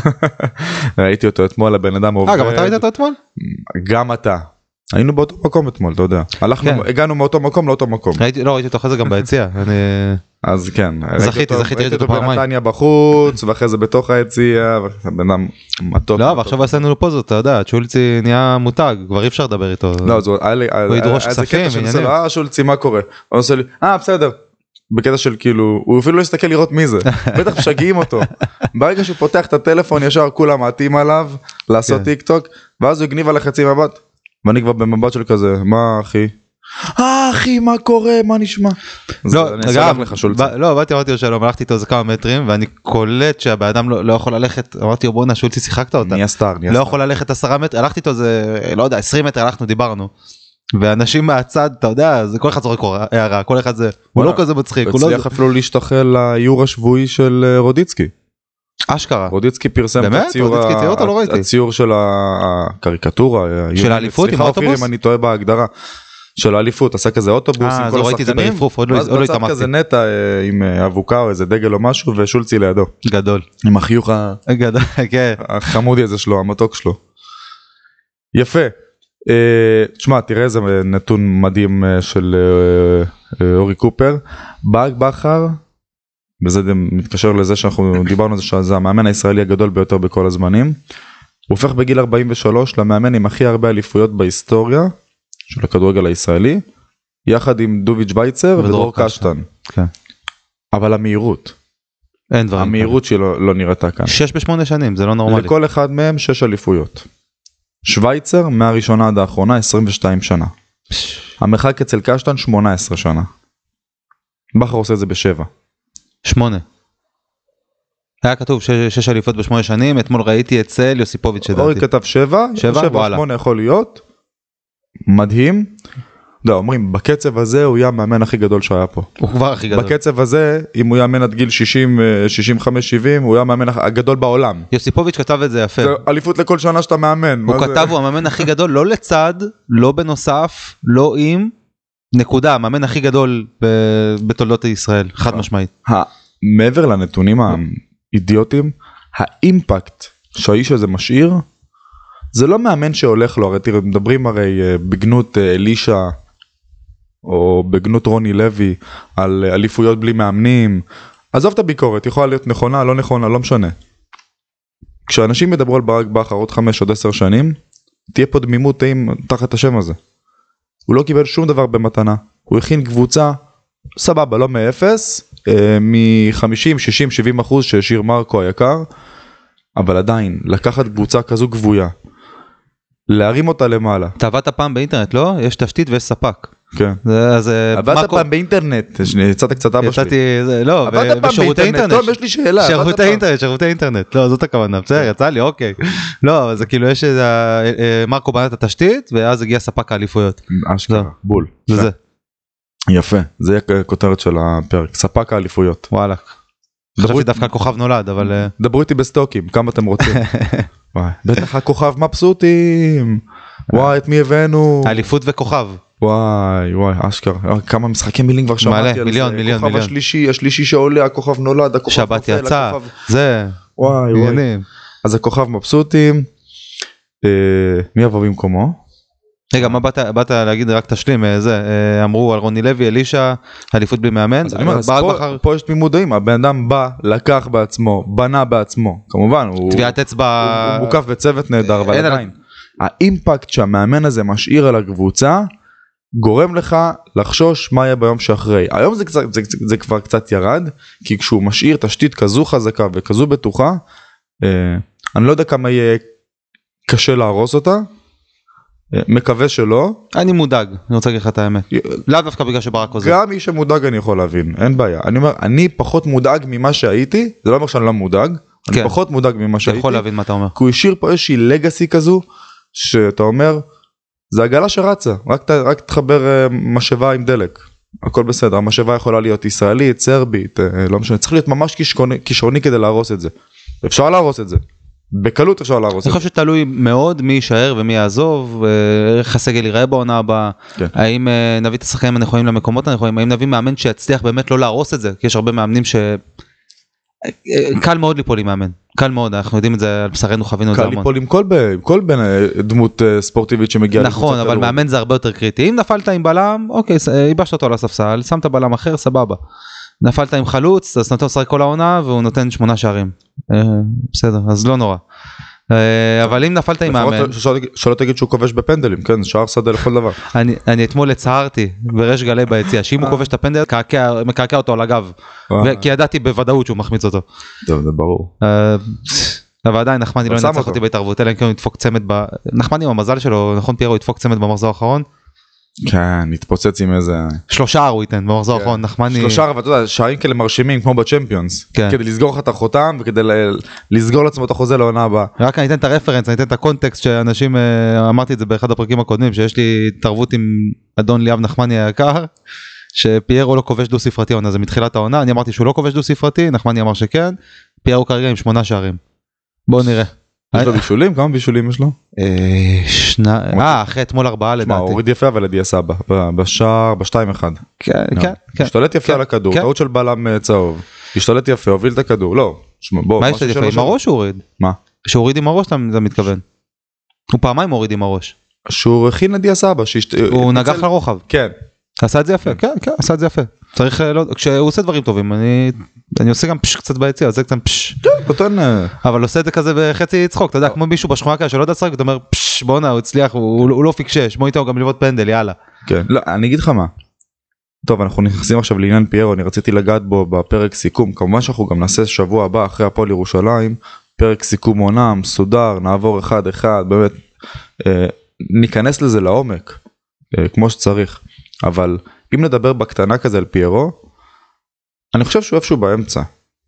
ראיתי אותו אתמול, הבן אדם עובד. אה, גם אתה ראית אותו אתמול? גם אתה. היינו באותו מקום אתמול, אתה יודע. הלכנו, הגענו מאותו מקום לאותו מקום. לא, ראיתי אותו אחרי זה גם ביציאה. אז כן. זכיתי, זכיתי, ראיתי אותו פעמיים. בנתניה בחוץ, ואחרי זה בתוך היציאה, בן אדם מתוק. לא, ועכשיו עשינו לו פוזות, אתה יודע, שולצי נהיה מותג, כבר אי אפשר לדבר איתו. לא, הוא ידרוש כספים, עניינים. אה, שולצי, מה קורה? הוא עושה לי, אה, בסדר. בקטע של כאילו, הוא אפילו לא הסתכל לראות מי זה, בטח משגעים אותו. ברגע שהוא פותח את הטלפון, ישר כולם מעטים עליו, לעשות טיק טוק, ואז הוא הגניב על החצי מבט. ואני כבר במבט של כזה, מה אחי? אה אחי מה קורה מה נשמע. לא, אני אסלח לך שולצה. לא, באתי אמרתי לו שלום, הלכתי איתו איזה כמה מטרים ואני קולט שהבן אדם לא יכול ללכת, אמרתי לו בוא'נה שולצי שיחקת אותה, נהיה סטאר, נהיה לא סטאר. יכול ללכת עשרה מטר, הלכתי איתו זה לא יודע עשרים מטר, הלכנו דיברנו ואנשים מהצד אתה יודע זה כל אחד זורק הערה, כל אחד זה הוא לא כזה מצחיק, הוא לא הצליח אפילו להשתחל לאיור השבועי של רודיצקי. אשכרה, רודיצקי פרסם את באמת? הציור, רודיצקי ציור אותו? לא ראיתי. הציור של הקריקטורה. של האליפות עם סליחה האוטובוס? אופיר אם אני טועה בהגדרה. של האליפות, עשה כזה אוטובוס אה, עם אז כל לא ראיתי את זה השחקנים. ברפרוף, עוד לא ואז עוד לא בצד התאמצתי. כזה נטע אה, עם אה, אבוקה או איזה דגל או משהו ושולצי לידו. גדול. עם החיוך ה- גדול, כן. החמודי הזה שלו, המתוק שלו. יפה. אה, תשמע, תראה איזה נתון מדהים אה, של אה, אה, אורי קופר. ברק בכר, וזה מתקשר לזה שאנחנו דיברנו על זה שזה המאמן הישראלי הגדול ביותר בכל הזמנים. הוא הופך בגיל ארבעים ושלוש למאמן עם הכי הרבה אליפויות בהיסטוריה של הכדורגל הישראלי, יחד עם דוביץ' בייצר ודרור קשטן. כן. אבל המהירות, אין דברים. המהירות שלו לא נראתה כאן. שש בשמונה שנים, זה לא נורמלי. לכל אחד מהם שש אליפויות. שוויצר מהראשונה עד האחרונה עשרים ושתיים שנה. המרחק אצל קשטן שמונה עשרה שנה. בכר עושה את זה בשבע. שמונה. היה כתוב שש, שש אליפות בשמונה שנים, אתמול ראיתי אצל יוסיפוביץ' אורי שדעתי. כתב שבע, שבע? שבע וואלה. שמונה יכול להיות. מדהים. לא, אומרים, בקצב הזה הוא יהיה המאמן הכי גדול שהיה פה. הוא כבר הכי גדול. בקצב הזה, אם הוא יאמן עד גיל שישים, שישים וחמש, שבעים, הוא יהיה המאמן הגדול בעולם. יוסיפוביץ' כתב את זה יפה. זה אליפות לכל שנה שאתה מאמן. הוא מה זה? כתב, הוא המאמן הכי גדול, לא לצד, לא בנוסף, לא עם, נקודה, המאמן הכי גדול ב- בתולדות ישראל, חד משמעית. ה- מעבר לנתונים האידיוטיים, האימפקט שהאיש הזה משאיר, זה לא מאמן שהולך לו, הרי תראה, מדברים הרי אה, בגנות אה, אלישה, או בגנות רוני לוי, על אה, אליפויות בלי מאמנים, עזוב את הביקורת, יכולה להיות נכונה, לא נכונה, לא משנה. כשאנשים ידברו על ברק בכר עוד חמש עוד עשר שנים, תהיה פה דמימות טעים תחת השם הזה. הוא לא קיבל שום דבר במתנה, הוא הכין קבוצה, סבבה, לא מאפס, מ-חמישים, שישים, שבעים אחוז שהשאיר מרקו היקר, אבל עדיין, לקחת קבוצה כזו גבויה, להרים אותה למעלה. אתה עבדת פעם באינטרנט, לא? יש תשתית ויש ספק. כן. זה, אז, עבדת מרקו- פעם באינטרנט, יצאת קצת אבא שלי. יצאתי, זה, לא, עבדת ב- פעם בשירותי באינטרנט, אינטרנט. טוב, יש לי שאלה. עבדת שירותי פעם? אינטרנט, שירותי אינטרנט, לא, זאת הכוונה, בסדר, יצא לי, אוקיי. לא, זה כאילו יש איזה, אה, מרקו בנה את התשתית, ואז הגיע ספק האליפויות. אשכרה, לא. בול. זה זה, יפה, זה יהיה כותרת של הפרק, ספק האליפויות. וואלה. חשבתי דווקא כוכב נולד, אבל... אה, דברו איתי בסטוקים, כמה אתם רוצים. וואי, בטח הכוכב מבסוטים. וואי, את מי הבאנו? אליפות וכוכב. וואי, וואי, אשכרה. כמה משחקי מילים כבר שמעתי על זה. מיליון, מיליון, הכוכב מיליון. השלישי, השלישי שעולה, הכוכב נולד, הכוכב שבת נופל, יצא, הכוכב- זה, וואי, וואי. עניינים. אז הכוכב מבסוטים. אה, מי יבוא במקומו? רגע, מה באת, באת להגיד, רק תשלים, אה, זה, אה, אמרו על רוני לוי, אלישה, אליפות בלי מאמן, אז אני אומר, אז ברק פה- בכר, פה יש תמימות דעים, הבן אדם בא, לקח בעצמו, בנה בעצמו, כמובן, הוא טביעת אצבע, הוא- הוא מוקף בצוות נהדר, אבל אין על- עדיין, האימפקט שהמאמן הזה משאיר על הקבוצה, גורם לך לחשוש מה יהיה ביום שאחרי. היום זה, קצת, זה, זה, זה כבר קצת ירד, כי כשהוא משאיר תשתית כזו חזקה וכזו בטוחה, אה, אני לא יודע כמה יהיה קשה להרוס אותה, אה, מקווה שלא, אני מודאג, אני רוצה להגיד לך את האמת, לאו דווקא בגלל שברק עוזב, גם מי שמודאג אני יכול להבין, אין בעיה. אני אומר, אני פחות מודאג ממה שהייתי, זה לא אומר שאני לא מודאג, אני כן. פחות מודאג ממה אתה שהייתי, יכול להבין מה אתה אומר, כי הוא השאיר פה איזושהי לגאסי כזו, שאתה אומר, זה עגלה שרצה, רק, ת- רק תחבר אה, משאבה עם דלק, הכל בסדר, המשאבה יכולה להיות ישראלית, סרבית, אה, לא משנה, צריך להיות ממש כישרוני, כישרוני כדי להרוס את זה, אפשר להרוס את זה, בקלות אפשר להרוס אני את זה. חושב שתלוי מאוד מי יישאר ומי יעזוב, אה, איך הסגל ייראה בעונה הבאה, כן. האם אה, נביא את השחקנים הנכונים למקומות הנכונים, האם נביא מאמן שיצליח באמת לא להרוס את זה, כי יש הרבה מאמנים ש... אה, קל מאוד ליפול עם מאמן, קל מאוד, אנחנו יודעים את זה על בשרנו, חווינו את זה קל המון. ליפול עם כל, ב- כל בן, אה, דמות אה, ספורטיבית שמגיעה נכון, לקבוצת אבל כדורגל. מאמן זה הרבה יותר קריטי, אם נפלת עם בלם, אוקיי, ס- אה, ייבשת אותו על הספסל, שמת בלם אחר, סבבה. נפלת עם חלוץ, אז נתן לשחק כל העונה, והוא נותן שמונה שערים. אה, בסדר, אז לא נורא. אה, אבל אם נפלת עם מאמן, לפחות שלא- שלא תגיד שהוא כובש בפנדלים, כן, זה שער שדה לכל דבר. אני, אני אתמול הצהרתי בריש גלי ביציע, שאם הוא כובש את הפנדל, מקעקע- מקעקע אותו על הגב, ו- כי ידעתי בוודאות שהוא מחמיץ אותו. טוב, זה ברור. אה, אבל עדיין נחמני לא אבל שם ינצח אותו. אותי בהתערבות, אלא אם כן הוא ידפוק צמד, ב- נחמני עם המזל שלו, נכון פיירו ידפוק צמד במחזור האחרון, כן, התפוצץ עם איזה... שלושה הוא ייתן במחזור כן. האחרון, נחמני. שלושה, ואתה יודע, שערים כאלה מרשימים כמו בצ'מפיונס. כן. כדי לסגור לך את החותם וכדי ל- לסגור לעצמו את החוזה לעונה הבאה. רק אני אתן את הרפרנס, אני אתן את הקונטקסט שאנשים, אה, אמרתי את זה באחד הפרקים הקודמים, שיש לי התערבות עם אדון ליאב נחמני היקר, שפיירו לא כובש דו ספרתי עונה, זה מתחילת העונה, אני אמרתי שהוא לא כובש דו ספרתי, נחמני אמר שכן, פיירו כרגע עם שמונה שערים. בואו נראה. יש לו בישולים? כמה בישולים יש לו? אה, שנה, אה, אחרי אתמול ארבעה מה, לדעתי. הוריד יפה אבל לדיה סבא, ב- בשער, בשתיים אחד. כן, כן, כן. השתלט יפה כן, על הכדור, כן. טעות של בלם אה, צהוב. השתלט יפה, הוביל את הכדור, לא. שמע, בוא, מה יש משהו לך שלא עם שם. הראש הוא הוריד? מה? שהוריד עם הראש אתה אתה מתכוון. הוא פעמיים הוריד עם הראש. שהוא הכין לדיה סבא. שהשת- הוא ניצל- נגח לרוחב. כן. עשה את זה יפה, כן, כן, עשה את זה יפה. צריך, לא, כשהוא עושה דברים טובים, אני, אני עושה גם פש קצת ביציע, עושה קצת פש. נותן... אה, אבל עושה את זה כזה בחצי צחוק, אתה יודע, כמו מישהו בשכונה כאלה שלא יודע לשחק, אתה אומר, פש, בואנה, הוא הצליח, הוא, הוא לא פיקשש, בוא ניתן גם לבעוט פנדל, יאללה. כן. לא, אני אגיד לך מה. טוב, אנחנו נכנסים עכשיו לעניין פיירו, אני רציתי לגעת בו בפרק סיכום, כמובן שאנחנו גם נעשה שבוע הבא אחרי הפועל ירושלים, פרק סיכום עונה, מסודר, נעבור אחד אחד, באמת, אה, ניכנס לזה לעומק, אה, כמו שצריך, אבל אם נדבר בקטנה כזה על פיירו, אני חושב שהוא איפשהו באמצע.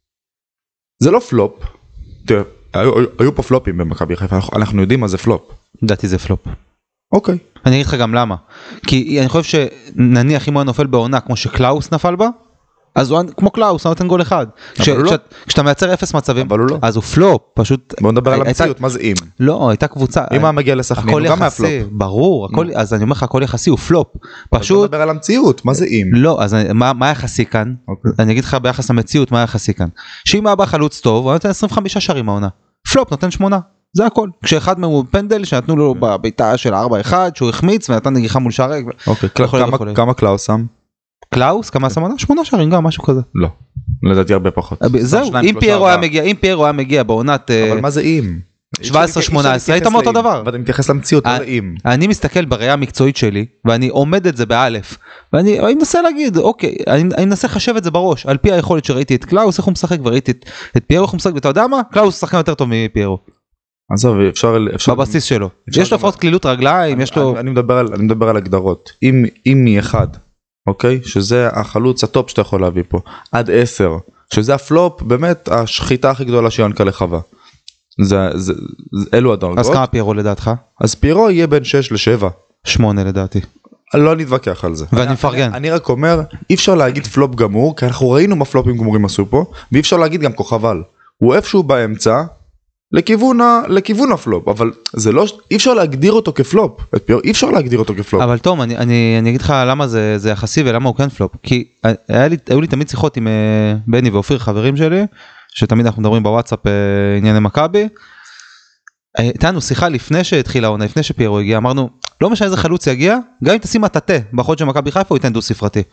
זה לא פלופ, תראה, היו, היו פה פלופים במכבי חיפה, אנחנו, אנחנו יודעים מה זה פלופ. לדעתי זה פלופ. אוקיי. אני אגיד לך גם למה. כי אני חושב שנניח אם הוא היה נופל בעונה כמו שקלאוס נפל בה, אז הוא כמו קלאוס, הוא נותן גול אחד. כש, הוא לא. כש, כשאתה מייצר אפס מצבים, אבל הוא לא. אז הוא פלופ, פשוט... בוא נדבר על הייתה- המציאות, מה זה אם? לא, הייתה קבוצה... אם היה מגיע לסכנין, הכל הוא גם היה פלופ. יחסי, ברור, הכל, אז אני אומר לך, הכל יחסי, הוא פלופ. בוא פשוט... נדבר על המציאות, מה זה אם? לא, אז אני- מה, מה יחסי כאן? אוקיי. אני אגיד לך ביחס למציאות מה יחסי כאן. שאם היה בא חלוץ טוב, הוא נותן עשרים וחמישה שערים העונה. פלופ נותן שמונה, זה הכל. כשאחד מהם הוא פנדל שנתנו לו בביתה של ארבע אחד, שהוא החמיץ ונתן נגיחה מול שער ריק. אוקיי, וכו' כמה- וכו'. כמה קלאוס שם? קלאוס, כמה עשה עונה? שמונה שערים גם, משהו כזה. לא, לדעתי הרבה פחות. זהו, שניים, אם שלושה, פיירו היה ארבעה. מגיע, אם פיירו היה מגיע בעונת... אה, אבל מה זה אם? שבע עשרה שמונה עשרה, היית מאותו דבר. ואתה מתייחס למציאות, אה, לא לאם. אני מסתכל בראייה המקצועית שלי, ואני עומד את זה באלף, ואני אני מנסה להגיד, אוקיי, אני, אני מנסה לחשב את זה בראש, על פי היכולת שראיתי את קלאוס, איך הוא משחק, וראיתי את, את פיירו, איך הוא משחק, ואתה יודע מה? קלאוס שחקן יותר טוב מפיירו, עזוב, אפשר... אפשר- בבסיס שלו. אפשר יש לו גם- לפחות כלילות רגליים, יש לו... אני- אני מדבר על- אני מדבר על הגדרות. אם אם מ-אחד, אוקיי? שזה החלוץ הטופ שאתה יכול להביא פה, עד עשר, שזה הפלופ, באמת השחיטה הכי גדולה שיונקה לחווה. זה, זה, זה- אלו הדרגות. אז כמה פיירו לדעתך? אז פירו יהיה בין שש לשבע. שמונה לדעתי. לא נתווכח על זה. ואני אני- מפרגן. אני, אני רק אומר, אי אפשר להגיד פלופ גמור, כי אנחנו ראינו מה פלופים גמורים עשו פה, ואי אפשר להגיד גם כוכבל. הוא איפשהו באמצע, לכיוון, ה, לכיוון הפלופ, אבל זה לא, אי אפשר להגדיר אותו כפלופ. את פירו, אי אפשר להגדיר אותו כפלופ. אבל תום, אני, אני, אני אגיד לך למה זה, זה יחסי ולמה הוא כן פלופ. כי היה לי, היו לי תמיד שיחות עם אה, בני ואופיר חברים שלי, שתמיד אנחנו מדברים בוואטסאפ אה, ענייני מכבי. אה, הייתה לנו שיחה לפני שהתחילה העונה, לפני שפיירו הגיע, אמרנו, לא משנה איזה חלוץ יגיע, גם אם תשים מטאטה בחוד של מכבי חיפה, הוא ייתן דו ספרתי.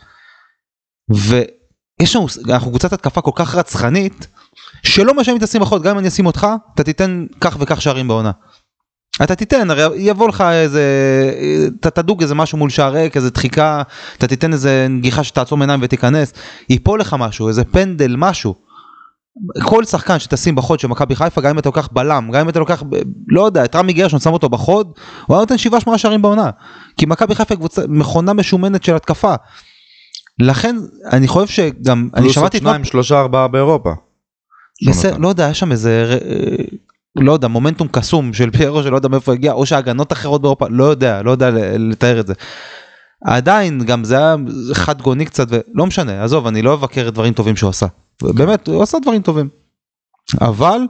ויש לנו, אנחנו קבוצת התקפה כל כך רצחנית, שלא משנה אם תשים בחוד, גם אם אני אשים אותך, אתה תיתן כך וכך שערים בעונה. אתה תיתן, הרי יבוא לך איזה, אתה תדוג איזה משהו מול שער ריק, איזה דחיקה, אתה תיתן איזה נגיחה שתעצום עיניים ותיכנס, ייפול לך משהו, איזה פנדל, משהו. כל שחקן שתשים בחוד של מכבי חיפה, גם אם אתה לוקח בלם, גם אם אתה לוקח, לא יודע, את רמי גרשון שם אותו בחוד, הוא היה נותן שבעה שמונה שערים בעונה. כי מכבי חיפה קבוצה, מכונה משומנת של התקפה. לכן, אני חושב שגם, אני פלוס שמעתי... עוד שניים, שלושה, ארבעה באירופה. בסדר, לא יודע, היה שם איזה, לא יודע, מומנטום קסום של פיירו שלא יודע מאיפה הגיע, או שהגנות אחרות באירופה, לא יודע, לא יודע לתאר את זה. עדיין, גם זה היה חד גוני קצת, ולא משנה, עזוב, אני לא אבקר דברים טובים שהוא עשה. באמת, הוא עשה דברים טובים. אבל,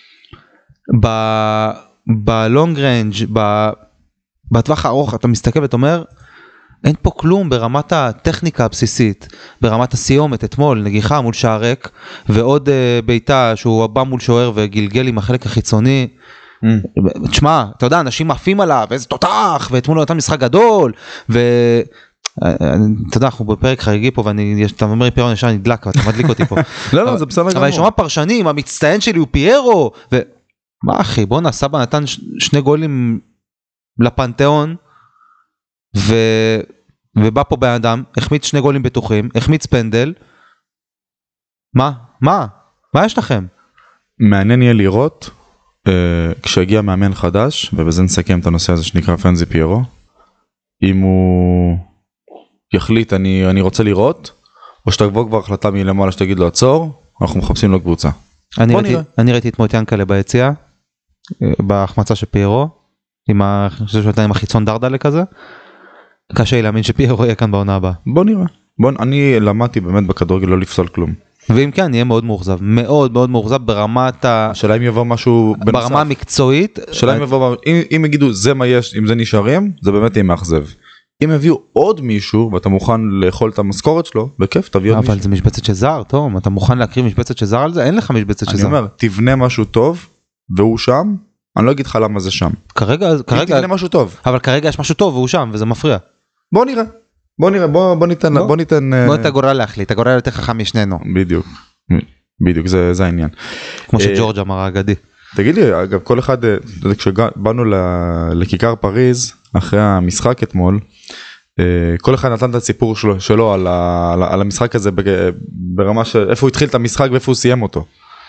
בלונג ריינג', בטווח הארוך, אתה מסתכל ואתה אומר, אין פה כלום ברמת הטכניקה הבסיסית, ברמת הסיומת, אתמול, נגיחה מול שער ריק, ועוד uh, ביתה שהוא בא מול שוער וגלגל עם החלק החיצוני, mm. תשמע, אתה יודע, אנשים עפים עליו, איזה תותח, ואתמול הוא נתן משחק גדול, ו... אתה יודע, אנחנו בפרק חגיגי פה, ואני, אתה אומר פיירו נשאר נדלק, ואתה מדליק אותי פה. לא, לא, זה בסדר גמור. אבל אני שומע פרשנים, המצטיין שלי הוא פיירו, ו... מה אחי, בוא נעשה, נתן שני גולים לפנתיאון, ו... ובא פה בן אדם, החמיץ שני גולים בטוחים, החמיץ פנדל, מה? מה? מה יש לכם? מעניין יהיה לראות, uh, כשהגיע מאמן חדש, ובזה נסכם את הנושא הזה שנקרא פרנזי פיירו, אם הוא יחליט אני, אני רוצה לראות, או שתבוא כבר החלטה מלמעלה שתגיד לו עצור, אנחנו מחפשים לו קבוצה. אני ראיתי, אני ראיתי את מות ינקלה ביציאה, בהחמצה של פיירו, עם, ה, עם החיצון דרדלה כזה, קשה לי להאמין שפיירו יהיה כאן בעונה הבאה. בוא נראה. בוא, אני למדתי באמת בכדורגל לא לפסול כלום. ואם כן, נהיה מאוד מאוכזב, מאוד מאוד מאוכזב ברמת ה... השאלה אם יבוא משהו בנוסף. ברמה המקצועית. השאלה אם יבוא, אם, אם יגידו זה מה יש, אם זה נשארים, זה באמת יהיה מאכזב. אם יביאו עוד מישהו ואתה מוכן לאכול את המשכורת שלו, בכיף תביא עוד מישהו. אבל זה משבצת שזר, טוב, אתה מוכן להקריב משבצת שזר על זה? אין לך משבצת שזר. אני אומר, תבנה משהו טוב, והוא שם, אני לא אגיד לך למה זה שם. כרגע, כרגע... תבנה משהו טוב. אבל כרגע יש משהו טוב והוא שם, וזה מפריע. בוא נראה. בוא נראה, בוא, בוא ניתן, בוא, בוא ניתן... בוא ניתן גורל להחליט, הגורל יותר חכם משנינו. בדיוק, בדיוק, זה, זה העניין. כמו שג'ורג' אמר האגדי. תגיד לי, אגב, כל אחד, כשבאנו לכיכר פריז, אחרי המשחק אתמול, כל אחד נתן את הסיפור שלו, שלו על, ה, על המשחק הזה, ברמה של איפה הוא התחיל את המשחק ואיפה הוא סיים אותו.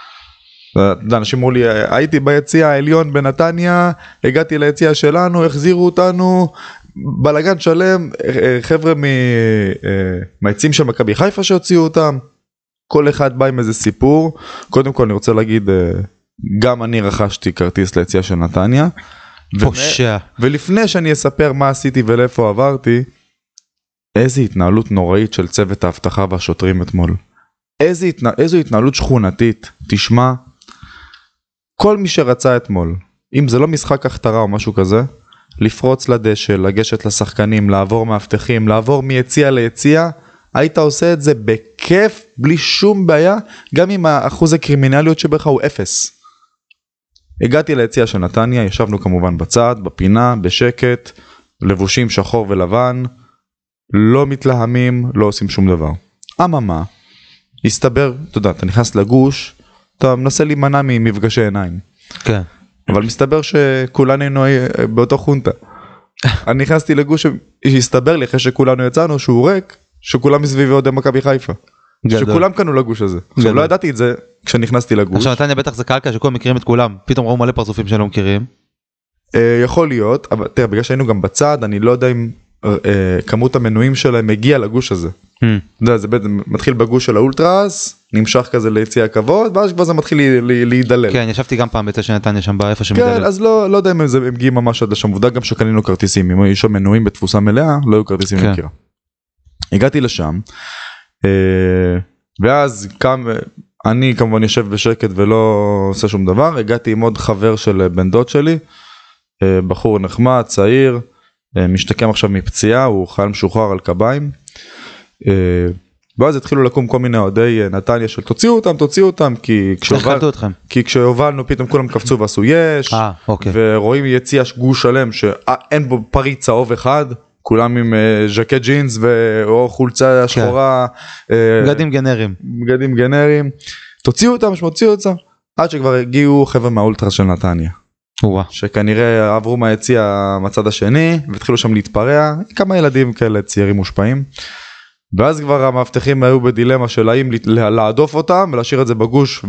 אנשים אמרו לי, הייתי ביציע העליון בנתניה, הגעתי ליציע שלנו, החזירו אותנו, בלגן שלם, חבר'ה מהיציעים של מכבי חיפה שהוציאו אותם, כל אחד בא עם איזה סיפור. קודם כל אני רוצה להגיד, גם אני רכשתי כרטיס ליציע של נתניה, פושע. ולפני שאני אספר מה עשיתי ולאיפה עברתי, איזו התנהלות נוראית של צוות האבטחה והשוטרים אתמול. איזו, התנה... איזו התנהלות שכונתית, תשמע, כל מי שרצה אתמול, אם זה לא משחק הכתרה או משהו כזה, לפרוץ לדשא, לגשת לשחקנים, לעבור מאבטחים, לעבור מיציע ליציע, היית עושה את זה בכיף, בלי שום בעיה, גם אם האחוז הקרימינליות שבך הוא אפס. הגעתי ליציע של נתניה, ישבנו כמובן בצד, בפינה, בשקט, לבושים שחור ולבן, לא מתלהמים, לא עושים שום דבר. אממה, הסתבר, אתה יודע, אתה נכנס לגוש, אתה מנסה להימנע ממפגשי עיניים. כן. אבל מסתבר שכולנו באותו חונטה. אני נכנסתי לגוש שהסתבר לי אחרי שכולנו יצאנו שהוא ריק, שכולם מסביבי עוד מכבי חיפה. שכולם קנו לגוש הזה. עכשיו לא ידעתי את זה כשנכנסתי לגוש. עכשיו נתניה בטח זה קלקה שכולם מכירים את כולם, פתאום ראו מלא פרצופים שלא מכירים. יכול להיות, אבל תראה, בגלל שהיינו גם בצד, אני לא יודע אם כמות המנויים שלהם מגיע לגוש הזה. זה בעצם מתחיל בגוש של האולטרס, נמשך כזה ליציע הכבוד, ואז כבר זה מתחיל להידלל. כן, ישבתי גם פעם בצד של נתניה שם באיפה שמדלל. כן, אז לא יודע אם הם מגיעים ממש עד לשם, עובדה גם שקנינו כרטיסים, אם יש שם מנויים בתפוסה מלאה, לא היו כרטיסים מכירה. הגעתי לשם, ואז קם, אני כמובן יושב בשקט ולא עושה שום דבר, הגעתי עם עוד חבר של בן דוד שלי, בחור נחמד, צעיר, משתקם עכשיו מפציעה, הוא חייל משוחרר על קביים, ואז התחילו לקום כל מיני אוהדי נתניה של תוציאו אותם, תוציאו אותם, כי כשהובלנו פתאום כולם קפצו ועשו יש, ורואים יציע גוש שלם שאין בו פריט צהוב אחד, כולם עם ז'קט ג'ינס או חולצה שחורה, בגדים גנריים, בגדים גנריים, תוציאו אותם, שמוציאו אותם, עד שכבר הגיעו חבר'ה מהאולטרס של נתניה. שכנראה עברו מהיציע מצד השני והתחילו שם להתפרע, כמה ילדים כאלה צעירים מושפעים, ואז כבר המאבטחים היו בדילמה של האם להדוף אותם ולהשאיר את זה בגוש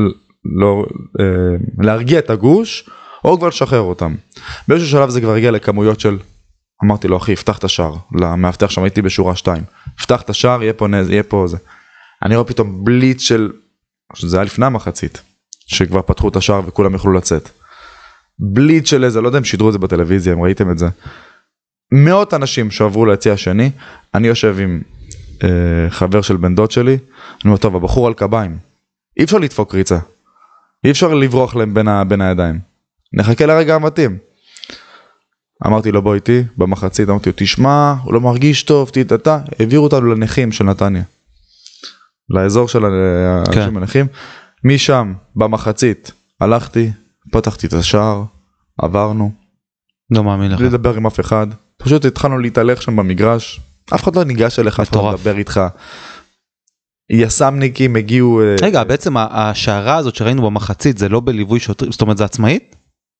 ולהרגיע את הגוש, או כבר לשחרר אותם. באיזשהו שלב זה כבר הגיע לכמויות של, אמרתי לו אחי פתח את השער, למאבטח שם הייתי בשורה שתיים, פתח את השער, יהיה פה נז, יהיה פה זה. אני רואה פתאום בליץ של, זה היה לפני המחצית, שכבר פתחו את השער וכולם יכלו לצאת. בליץ של איזה, לא יודע אם שידרו את זה בטלוויזיה, אם ראיתם את זה. מאות אנשים שעברו ליציע השני, אני יושב עם אה, חבר של בן דוד שלי, אני אומר, טוב, הבחור על קביים, אי אפשר לדפוק ריצה, אי אפשר לברוח להם בין, ה, בין הידיים, נחכה לרגע המתאים. אמרתי לו בוא איתי, במחצית, אמרתי לו, תשמע, הוא לא מרגיש טוב, תתתה, העבירו אותנו לנכים של נתניה, לאזור של האנשים הנכים, משם, במחצית, הלכתי, פתחתי את השער, עברנו, לא מאמין לך. בלי לדבר עם אף אחד, פשוט התחלנו להתהלך שם במגרש, אף אחד לא ניגש אליך, אף אחד לא לדבר איתך, יסמניקים הגיעו... רגע, בעצם השערה הזאת שראינו במחצית, זה לא בליווי שוטרים, זאת אומרת זה עצמאית?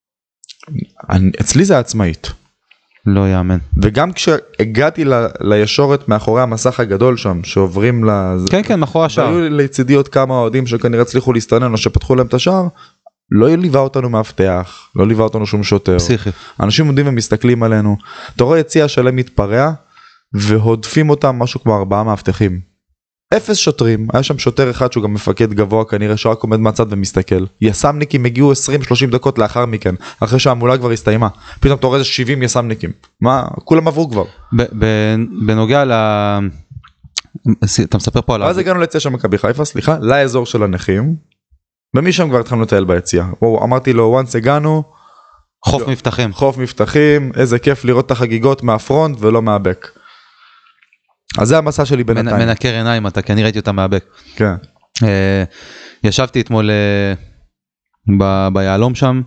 אצלי זה עצמאית. לא יאמן. וגם כשהגעתי לישורת מאחורי המסך הגדול שם, שעוברים ל... כן, כן, מאחורי השער. והיו לצידי עוד כמה אוהדים שכנראה הצליחו להסתנן או שפתחו להם את השער, לא ליווה אותנו מאבטח, לא ליווה אותנו שום שוטר. פסיכי. אנשים עומדים ומסתכלים עלינו, אתה רואה יציע שלם מתפרע, והודפים אותם משהו כמו ארבעה מאבטחים. אפס שוטרים, היה שם שוטר אחד שהוא גם מפקד גבוה, כנראה שרק עומד מהצד ומסתכל. יסמניקים הגיעו עשרים שלושים דקות לאחר מכן, אחרי שהמולה כבר הסתיימה. פתאום אתה רואה איזה שבעים יסמניקים. מה? כולם עברו כבר. בנוגע ל... אתה מספר פה על... אז הגענו ליציע של מכבי חיפה, סליחה, לאזור של הנכים, ומשם כבר התחלנו לטייל ביציע. אמרתי לו, once הגענו, חוף מבטחים. חוף מבטחים, איזה כיף לראות את החגיגות מהפרונט ולא מהבק. אז זה המסע שלי בינתיים. מנקר עיניים אתה, כי אני ראיתי אותה מהבק. כן. ישבתי אתמול ביעלום שם,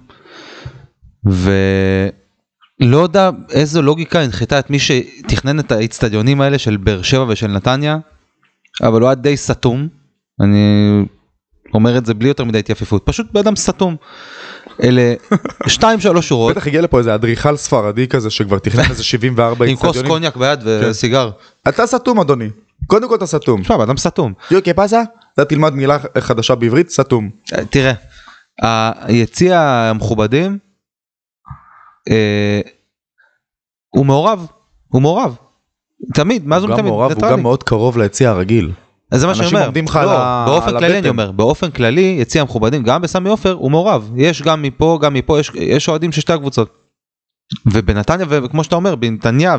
ולא יודע איזו לוגיקה הנחתה את מי שתכנן את האצטדיונים האלה של באר שבע ושל נתניה, אבל הוא היה די סתום, אני אומר את זה בלי יותר מדי התייפיפות, פשוט באדם סתום. אלה שתיים שלוש שורות. בטח הגיע לפה איזה אדריכל ספרדי כזה שכבר תכנן איזה שבעים וארבע עם כוס קוניאק ביד וסיגר. אתה סתום אדוני, קודם כל אתה סתום. שמע, באדם סתום. יוקי פאזה, אתה תלמד מילה חדשה בעברית, סתום. תראה, היציע המכובדים, הוא מעורב, הוא מעורב. תמיד, מה זו תמיד? הוא גם מאוד קרוב ליציע הרגיל. אז זה מה שאני אומר, לא, באופן כללי אני אומר, באופן כללי יציע המכובדים, גם בסמי עופר הוא מעורב, יש גם מפה, גם מפה, יש, יש אוהדים של שתי הקבוצות, ובנתניה, וכמו שאתה אומר, בנתניה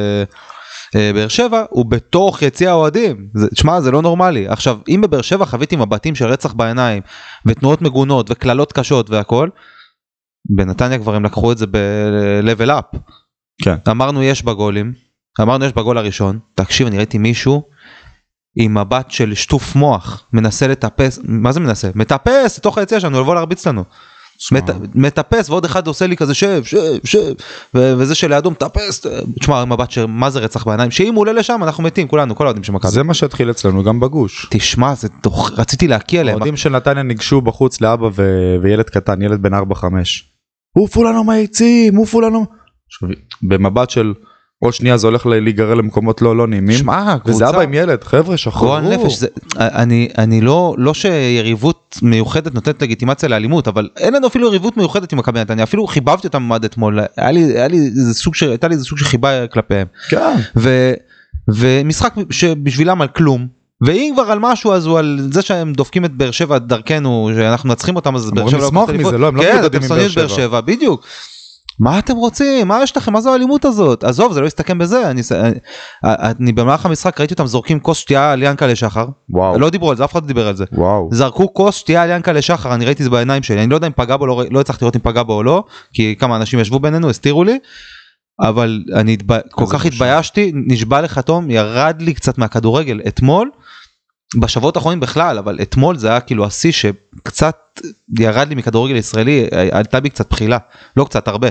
ובאר שבע, הוא בתוך יציע האוהדים, תשמע, זה לא נורמלי. עכשיו, אם בבאר שבע חוויתי מבטים של רצח בעיניים, ותנועות מגונות, וכללות קשות והכל, בנתניה כבר הם לקחו את זה ב-level up, כן. אמרנו יש בגולים, אמרנו יש בגול הראשון, תקשיב, אני ראיתי מישהו, עם מבט של שטוף מוח, מנסה לטפס, מה זה מנסה? מטפס לתוך היציאה שלנו, לבוא להרביץ לנו. מת, מטפס, ועוד אחד עושה לי כזה שב, שב, שב, וזה שלידו מטפס, תשמע, מבט שמה זה רצח בעיניים, שאם הוא עולה לשם, אנחנו מתים, כולנו, כל העודים שמכבי. זה מה שהתחיל אצלנו, גם בגוש. תשמע, זה תוך, רציתי להקיע להם. העודים של נתניה ניגשו בחוץ לאבא ו... וילד קטן, ילד בן ארבע חמש. עופו לנו מהיציעים, עופו לנו. במבט של... עוד שנייה זה הולך להיגרר למקומות לא לא נעימים. שמע, קבוצה. וזה אבא עם ילד, חבר'ה, שחררו. גועל נפש, זה, אני, אני לא, לא שיריבות מיוחדת נותנת לגיטימציה לאלימות, אבל אין לנו אפילו יריבות מיוחדת עם מכבי נתניה, אפילו חיבבתי אותם עד אתמול, היה לי, היה לי איזה סוג של, הייתה לי איזה סוג של חיבה כלפיהם. כן. ו, ומשחק שבשבילם על כלום, ואם כבר על משהו אז הוא על זה שהם דופקים את באר שבע דרכנו, שאנחנו נצחים אותם, אז באר שבע לא נשמח מזה, לא, הם לא מיודדים עם באר שבע. באר שבע, בדיוק. מה אתם רוצים? מה יש לכם? מה זו האלימות הזאת? עזוב, זה לא יסתכם בזה. אני, אני, אני במהלך המשחק ראיתי אותם זורקים כוס שתייה על ינקלה שחר. וואו. לא דיברו על זה, אף אחד לא דיבר על זה. וואו. זרקו כוס שתייה על ינקלה שחר, אני ראיתי את זה בעיניים שלי. אני לא יודע אם פגע בו, לא, לא הצלחתי לראות אם פגע בו או לא, כי כמה אנשים ישבו בינינו, הסתירו לי, אבל אני התב... כל כך התביישתי, נשבע לך תום, ירד לי קצת מהכדורגל אתמול, בשבועות האחרונים בכלל, אבל אתמול זה היה כאילו השיא שקצת ירד לי מכדורגל ישראלי, עלתה בי קצת בחילה, לא קצת, הרבה.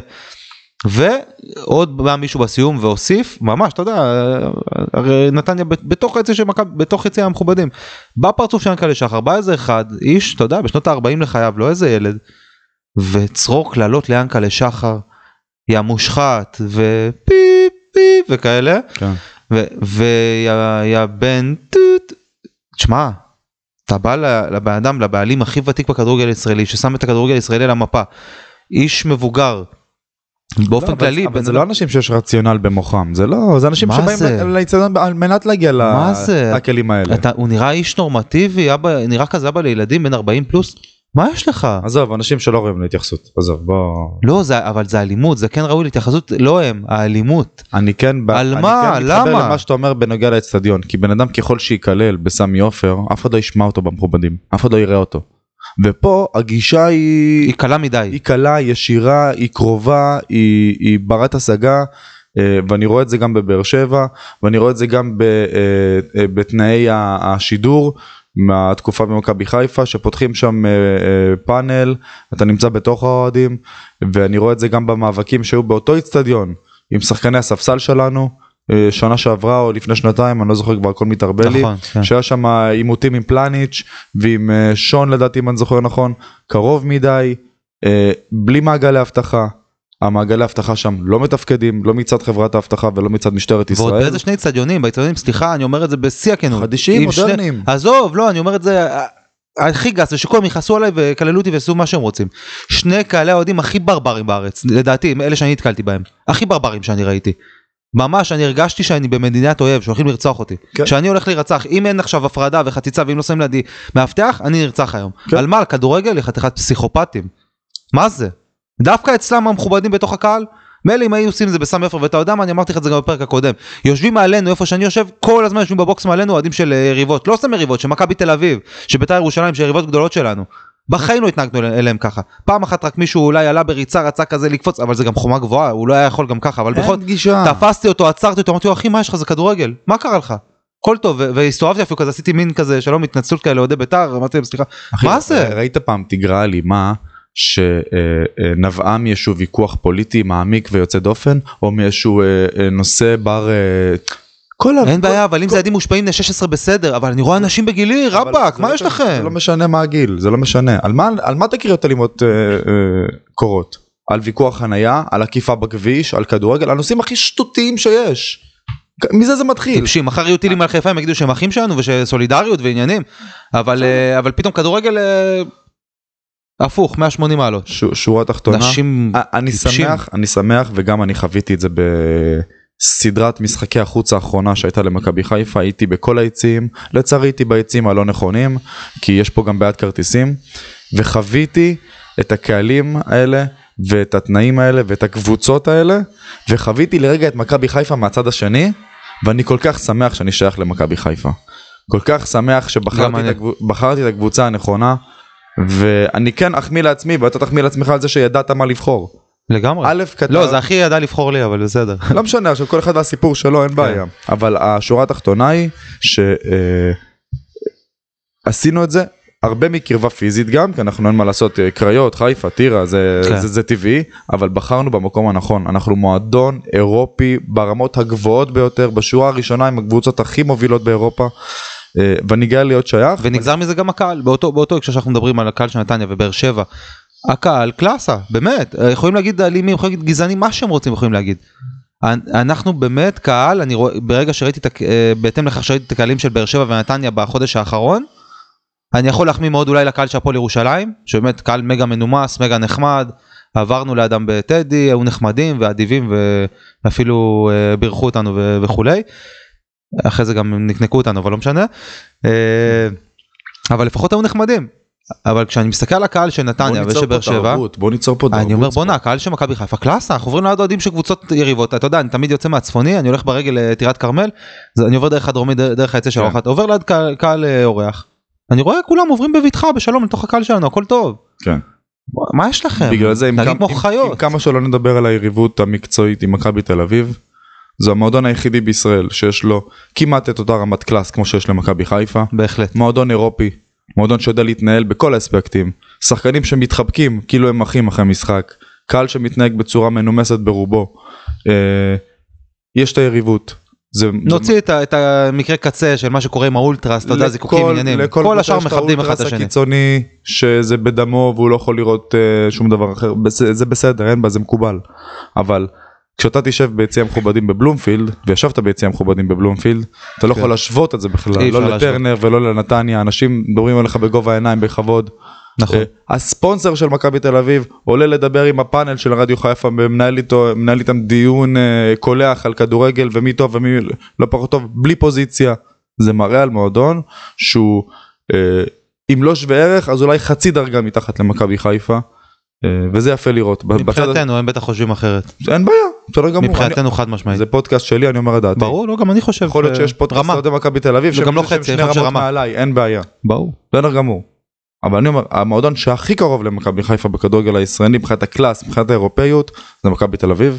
ועוד בא מישהו בסיום והוסיף, ממש, אתה יודע, נתניה בתוך יציע של מכבי, בתוך יציע המכובדים, בא פרצוף של ינקלה שחר, בא איזה אחד, איש, אתה יודע, בשנות ה-ארבעים לחייו, לא איזה ילד, וצרור כללות לינקלה שחר, יא מושחת, ופי פי וכאלה, ויא בן טוט, תשמע, אתה בא לבן אדם, לבעלים הכי ותיק בכדורגל הישראלי, ששם את הכדורגל הישראלי למפה, איש מבוגר, באופן כללי. אבל זה לא אנשים שיש רציונל במוחם, זה לא, זה אנשים שבאים לאצטדיון על מנת להגיע לכלים האלה. הוא נראה איש נורמטיבי, נראה כזה אבא לילדים בין ארבעים פלוס, מה יש לך? עזוב, אנשים שלא רואים להתייחסות, עזוב, בוא... לא, אבל זה אלימות, זה כן ראוי להתייחסות, לא הם, האלימות. אני כן... על מה? למה? אני מתחבר למה שאתה אומר בנוגע לאצטדיון, כי בן אדם ככל שיקלל בסמי עופר, אף אחד לא ישמע אותו במכובדים, אף אחד לא יראה אותו. ופה הגישה היא... היא קלה מדי. היא קלה, ישירה, היא קרובה, היא, היא ברת השגה, ואני רואה את זה גם בבאר שבע, ואני רואה את זה גם בתנאי השידור, מהתקופה במכבי חיפה, שפותחים שם פאנל, אתה נמצא בתוך האוהדים, ואני רואה את זה גם במאבקים שהיו באותו אצטדיון, עם שחקני הספסל שלנו, שנה שעברה או לפני שנתיים, אני לא זוכר כבר, הכל מתערבל לי, שהיה שם עימותים עם פלניץ' ועם שון לדעתי אם אני זוכר נכון, קרוב מדי, בלי מעגלי הבטחה, המעגלי הבטחה שם לא מתפקדים, לא מצד חברת ההבטחה ולא מצד משטרת ישראל. ועוד באיזה שני צדיונים, באצטדיונים, סליחה, אני אומר את זה בשיא הכנות. חדישים, מודרניים. עזוב, לא, אני אומר את זה, הכי גס, זה שכולם יכעסו עליי וכללו אותי ועשו מה שהם רוצים. שני קהלי האוהדים הכי ברברים בארץ, לדעתי, אלה שאני התקלתי בהם, הכי ברברים שאני ראיתי. ממש, אני הרגשתי שאני במדינת אויב, שהולכים לרצוח אותי. כן. שאני הולך להירצח, אם אין עכשיו הפרדה וחציצה, ואם לא שמים לידי מאבטח, אני נרצח היום. כן. על מה? על כדורגל? לחתיכת פסיכופטים. מה זה? דווקא אצלם המכובדים בתוך הקהל? מילא אם היו עושים זה בסם אפר, ואתה יודע מה, אני אמרתי לך את זה גם בפרק הקודם. יושבים מעלינו, איפה שאני יושב, כל הזמן יושבים בבוקס מעלינו, אוהדים של יריבות, לא סתם יריבות, שמכבי תל אביב, שבית"ר ירושלים, שיריבות גדולות שלנו. בחיים לא התנגנו אליהם ככה. פעם אחת רק מישהו אולי עלה בריצה, רצה כזה לקפוץ, אבל זה גם חומה גבוהה, הוא לא היה יכול גם ככה, אבל בכל תפסתי אותו, עצרתי אותו, אמרתי לו, אחי, מה יש לך, זה כדורגל? מה קרה לך? כל טוב, והסתובבתי אפילו כזה, עשיתי מין כזה, שלום, התנצלות כאלה, אוהדי בית"ר, אמרתי להם, סליחה, מה זה? ראית פעם תגרה אלימה שנבעה מאיזשהו ויכוח פוליטי מעמיק ויוצא דופן, או מאיזשהו נושא בר... אין בעיה, אבל אם זה ילדים מושפעים בני שש עשרה בסדר, אבל אני רואה אנשים בגילי, רבק, מה יש לכם? זה לא משנה מה הגיל, זה לא משנה. על מה תקריות אלימות קורות? על ויכוח חנייה, על עקיפה בכביש, על כדורגל, על נושאים הכי שטותיים שיש. מזה זה מתחיל. טיפשים, מחר יהיו טילים על חיפה, הם יגידו שהם אחים שלנו ושסולידריות ועניינים, אבל פתאום כדורגל הפוך, מאה ושמונים מעלות. שורה תחתונה. נשים אני שמח, אני שמח, וגם אני חוויתי את זה בסדרת משחקי החוץ האחרונה שהייתה למכבי חיפה, הייתי בכל היציעים, לצערי הייתי ביציעים הלא נכונים, כי יש פה גם בעד כרטיסים, וחוויתי את הקהלים האלה, ואת התנאים האלה, ואת הקבוצות האלה, וחוויתי לרגע את מכבי חיפה מהצד השני, ואני כל כך שמח שאני שייך למכבי חיפה. כל כך שמח שבחרתי את, הקב... את הקבוצה הנכונה, ואני כן אחמיא לעצמי, ואתה תחמיא לעצמך על זה שידעת מה לבחור. לגמרי. א' קטן... לא, זה הכי ידע לבחור לי, אבל בסדר. לא משנה, עכשיו כל אחד והסיפור שלו, אין בעיה. אבל השורה התחתונה היא, שעשינו את זה, הרבה מקרבה פיזית גם, כי אנחנו אין מה לעשות, קריות, חיפה, טירה, זה, זה, זה טבעי, אבל בחרנו במקום הנכון. אנחנו מועדון אירופי ברמות הגבוהות ביותר, בשורה הראשונה עם הקבוצות הכי מובילות באירופה, ואני גאה להיות שייך. ונגזר מזה גם הקהל, באותו, באותו הקשר שאנחנו מדברים על הקהל של נתניה ובאר שבע, הקהל קלאסה, באמת, יכולים להגיד אלימים, יכולים להגיד גזענים, מה שהם רוצים יכולים להגיד. אנחנו באמת קהל, אני רואה, ברגע שראיתי, בהתאם לכך שראיתי את הקהלים של באר שבע ונתניה בחודש האחרון, אני יכול להחמיא מאוד אולי לקהל של הפועל ירושלים, שבאמת קהל מגה מנומס, מגה נחמד, עברנו לאדם בטדי, היו נחמדים ואדיבים ואפילו בירכו אותנו וכולי, אחרי זה גם נקנקו אותנו, אבל לא משנה, אבל לפחות היו נחמדים, אבל כשאני מסתכל על הקהל של נתניה ושל באר שבע, בוא ניצור פה תרבות, אני אומר בוא נה, הקהל של מכבי חיפה קלאסה, אנחנו עוברים ליד אוהדים של קבוצות יריבות, אתה יודע, אני תמיד יוצא מהצפוני, אני הולך ברגל לטירת כרמל, אני עובר דרך הדרומי, דרך היצא של האורחת, עובר ליד קהל אורח, אני רואה כולם עוברים בביטחה בשלום לתוך הקהל שלנו, הכל טוב. כן. מה יש לכם? בגלל זה, עם, כמה, עם, עם כמה שלא נדבר על היריבות המקצועית עם מכבי תל אביב, זה המועדון היחידי בישראל שיש לו כמעט את אותה רמת קלאס כמו שיש למכבי חיפה. בהחלט. מועדון אירופי, מועדון שיודע להתנהל בכל האספקטים. שחקנים שמתחבקים כאילו הם אחים אחרי משחק. קהל שמתנהג בצורה מנומסת ברובו. אה, יש את היריבות. זה, נוציא זה... את, את המקרה קצה של מה שקורה עם האולטרס, אתה יודע, זיקוקים עניינים. כל השאר מכבדים אחד את השני. הקיצוני שזה בדמו והוא לא יכול לראות uh, שום דבר אחר, זה, זה בסדר, אין בה, זה מקובל. אבל כשאתה תשב ביציעים מכובדים בבלומפילד, וישבת ביציעים מכובדים בבלומפילד, אתה לא יכול להשוות את זה בכלל, לא לטרנר ולא לנתניה, אנשים מדברים עליך בגובה העיניים בכבוד. נכון. הספונסר של מכבי תל אביב עולה לדבר עם הפאנל של רדיו חיפה, מנהל איתו, מנהל איתם דיון קולח על כדורגל ומי טוב ומי לא פחות טוב, בלי פוזיציה. זה מראה על מועדון שהוא, אם לא שווה ערך, אז אולי חצי דרגה מתחת למכבי חיפה, וזה יפה לראות. מבחינתנו הם בטח חושבים אחרת. אין בעיה, בסדר גמור. מבחינתנו חד משמעית. זה פודקאסט שלי, אני אומר את דעתי. ברור, לא, גם אני חושב. יכול להיות שיש פודקאסט אוהדי מכבי תל אביב, שהם שני רמות מעליי, אין בעיה. ברור. בסדר גמור. אבל אני אומר, המועדון שהכי קרוב למכבי חיפה בכדורגל הישראלי, מבחינת הקלאס, מבחינת האירופאיות, זה מכבי תל אביב.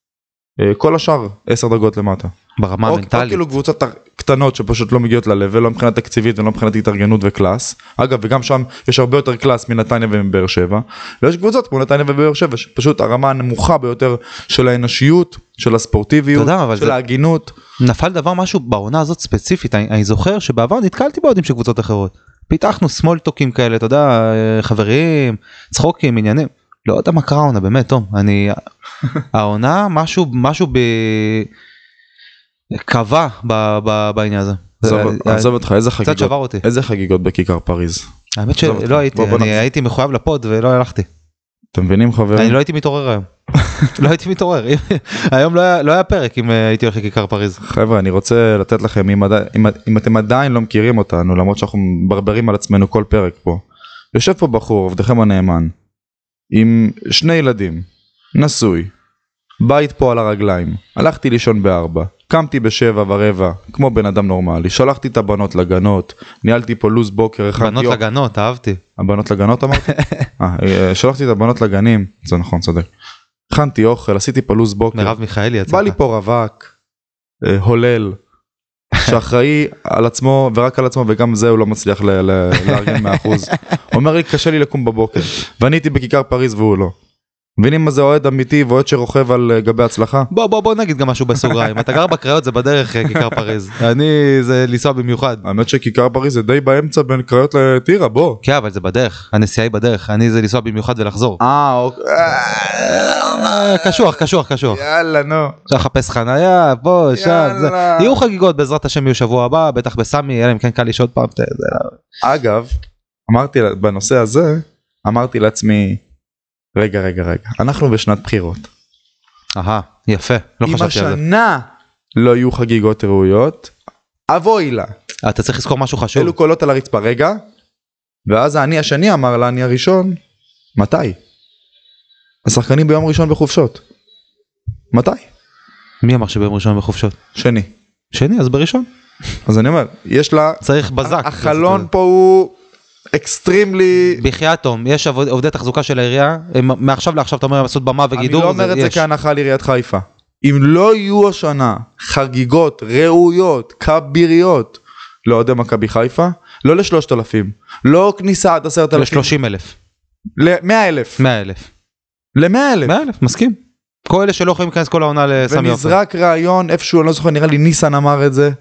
כל השאר, עשר דרגות למטה. ברמה המנטלית. או כאילו קבוצות קטנות שפשוט לא מגיעות ללבל, לא מבחינת תקציבית ולא מבחינת התארגנות וקלאס. אגב, וגם שם יש הרבה יותר קלאס מנתניה ומבאר שבע. ויש קבוצות כמו נתניה ובאר שבע, שפשוט הרמה הנמוכה ביותר של האנושיות, של הספורטיביות, של ההגינות. נפל דבר משהו בעונה הזאת ספציפית. אני זוכר שבעבר נתקלתי בעודים של קבוצות אחרות. פיתחנו סמולטוקים כאלה, אתה יודע, חברים, צחוקים, עניינים. לא יודע מה קרה העונה, באמת, טוב, אני, העונה, משהו, משהו ב... קבע בעניין הזה. עזוב אותך, איזה חגיגות, קצת שבר אותי. איזה חגיגות בכיכר פריז? האמת שלא הייתי, אני הייתי מחויב לפוד ולא הלכתי. אתם מבינים חברים? אני לא הייתי מתעורר היום. לא הייתי מתעורר. היום לא היה פרק אם הייתי הולך לכיכר פריז. חבר'ה, אני רוצה לתת לכם, אם אתם עדיין לא מכירים אותנו, למרות שאנחנו מברברים על עצמנו כל פרק פה. יושב פה בחור, עובדכם הנאמן, עם שני ילדים, נשוי, בית פה על הרגליים, הלכתי לישון בארבע, קמתי בשבע ורבע, כמו בן אדם נורמלי, שלחתי את הבנות לגנות, ניהלתי פה לוז בוקר, בנות לגנות, אהבתי. הבנות לגנות אמרתי? אה, שלחתי את הבנות לגנים, זה נכון, צודק. הכנתי אוכל, עשיתי פה לוז בוקר. מרב מיכאלי יצא. בא לי פה רווק, אה, הולל, שאחראי על עצמו ורק על עצמו, וגם זה הוא לא מצליח ל- ל- לארגן מאה אחוז. אומר לי, קשה לי לקום בבוקר, ואני הייתי בכיכר פריז והוא לא. מבינים מה זה אוהד אמיתי ואוהד שרוכב על גבי הצלחה? בוא בוא בוא נגיד גם משהו בסוגריים, אתה גר בקריות זה בדרך כיכר פריז, אני זה לנסוע במיוחד. האמת שכיכר פריז זה די באמצע בין קריות לטירה, בוא. כן אבל זה בדרך, הנסיעה היא בדרך, אני זה לנסוע במיוחד ולחזור. אה אוקיי. קשוח קשוח קשוח. יאללה נו. אפשר לחפש חנייה, פה שם, יהיו חגיגות בעזרת השם יהיו שבוע הבא, בטח בסמי, אלא אם כן קל לי שעוד פעם. אגב, אמרתי בנושא הזה, אמרתי לעצמי, רגע רגע רגע, אנחנו בשנת בחירות. אהה, יפה, לא חשבתי על זה. אם השנה לא יהיו חגיגות ראויות, אבוי לה. אתה צריך לזכור משהו חשוב. אלו קולות על הרצפה, רגע, ואז אני השני אמר לה, אני הראשון, מתי? השחקנים ביום ראשון בחופשות. מתי? מי אמר שביום ראשון בחופשות? שני. שני, אז בראשון. אז אני אומר, יש לה... צריך בזק. החלון פה הוא אקסטרימלי... בחייאת תום, יש עובדי תחזוקה של העירייה, מעכשיו לעכשיו אתה אומר, הם עשו במה וגידור. אני לא אומר את זה כהנחה על עיריית חיפה. אם לא יהיו השנה חגיגות ראויות, כביריות, לאוהדי מכבי חיפה, לא לשלושת אלפים, לא כניסה עד עשרת אלפים. לשלושים אלף. למאה אלף. מאה אלף. למאה אלף. מאה אלף, מסכים. כל אלה שלא יכולים להיכנס כל העונה לסמי עופר. ונזרק רעיון, איפשהו, אני לא זוכר, נראה לי ניסן אמר את זה,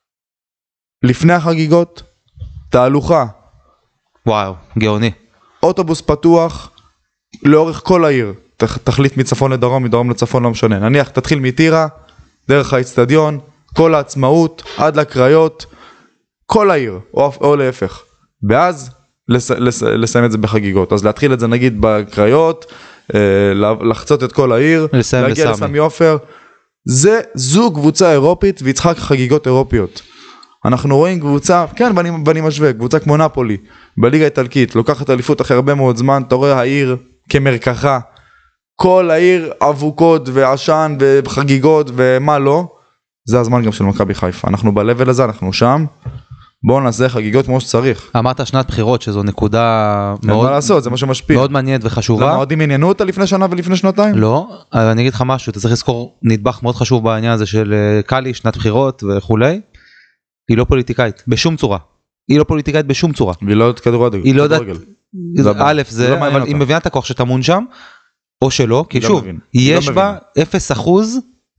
לפני החגיגות, תהלוכה. וואו, גאוני. אוטובוס פתוח, לאורך כל העיר, תחליט מצפון לדרום, מדרום לצפון, לא משנה. נניח, תתחיל מטירה, דרך האצטדיון, כל העצמאות, עד לקריות, כל העיר, או, או להפך. ואז, לס, לס, לסיים את זה בחגיגות. אז להתחיל את זה נגיד בקריות, לחצות את כל העיר, להגיע לסמי עופר. זה, זו קבוצה אירופית, והיא צריכה חגיגות אירופיות. אנחנו רואים קבוצה, כן, ואני, ואני משווה, קבוצה כמו נפולי, בליגה האיטלקית, לוקחת אליפות אחרי הרבה מאוד זמן, אתה רואה העיר כמרקחה, כל העיר אבוקות ועשן וחגיגות ומה לא, זה הזמן גם של מכבי חיפה, אנחנו בלבל הזה, אנחנו שם, בואו נעשה חגיגות כמו שצריך. אמרת שנת בחירות שזו נקודה מאוד, מה לעשות, זה מה שמשפיע. מאוד מעניינת וחשובה. למה עוד אם עניינו אותה לפני שנה ולפני שנתיים? לא, אבל אני אגיד לך משהו, אתה צריך לזכור נדבך מאוד חשוב בעניין הזה של קלי, שנת בחירות וכולי. היא לא פוליטיקאית, בשום צורה. היא לא פוליטיקאית בשום צורה. והיא לא יודעת כדורגל. היא לא יודעת, א' זה, אבל היא מבינה את הכוח שתמון שם, או שלא, כי שוב, יש בה אפס אחוז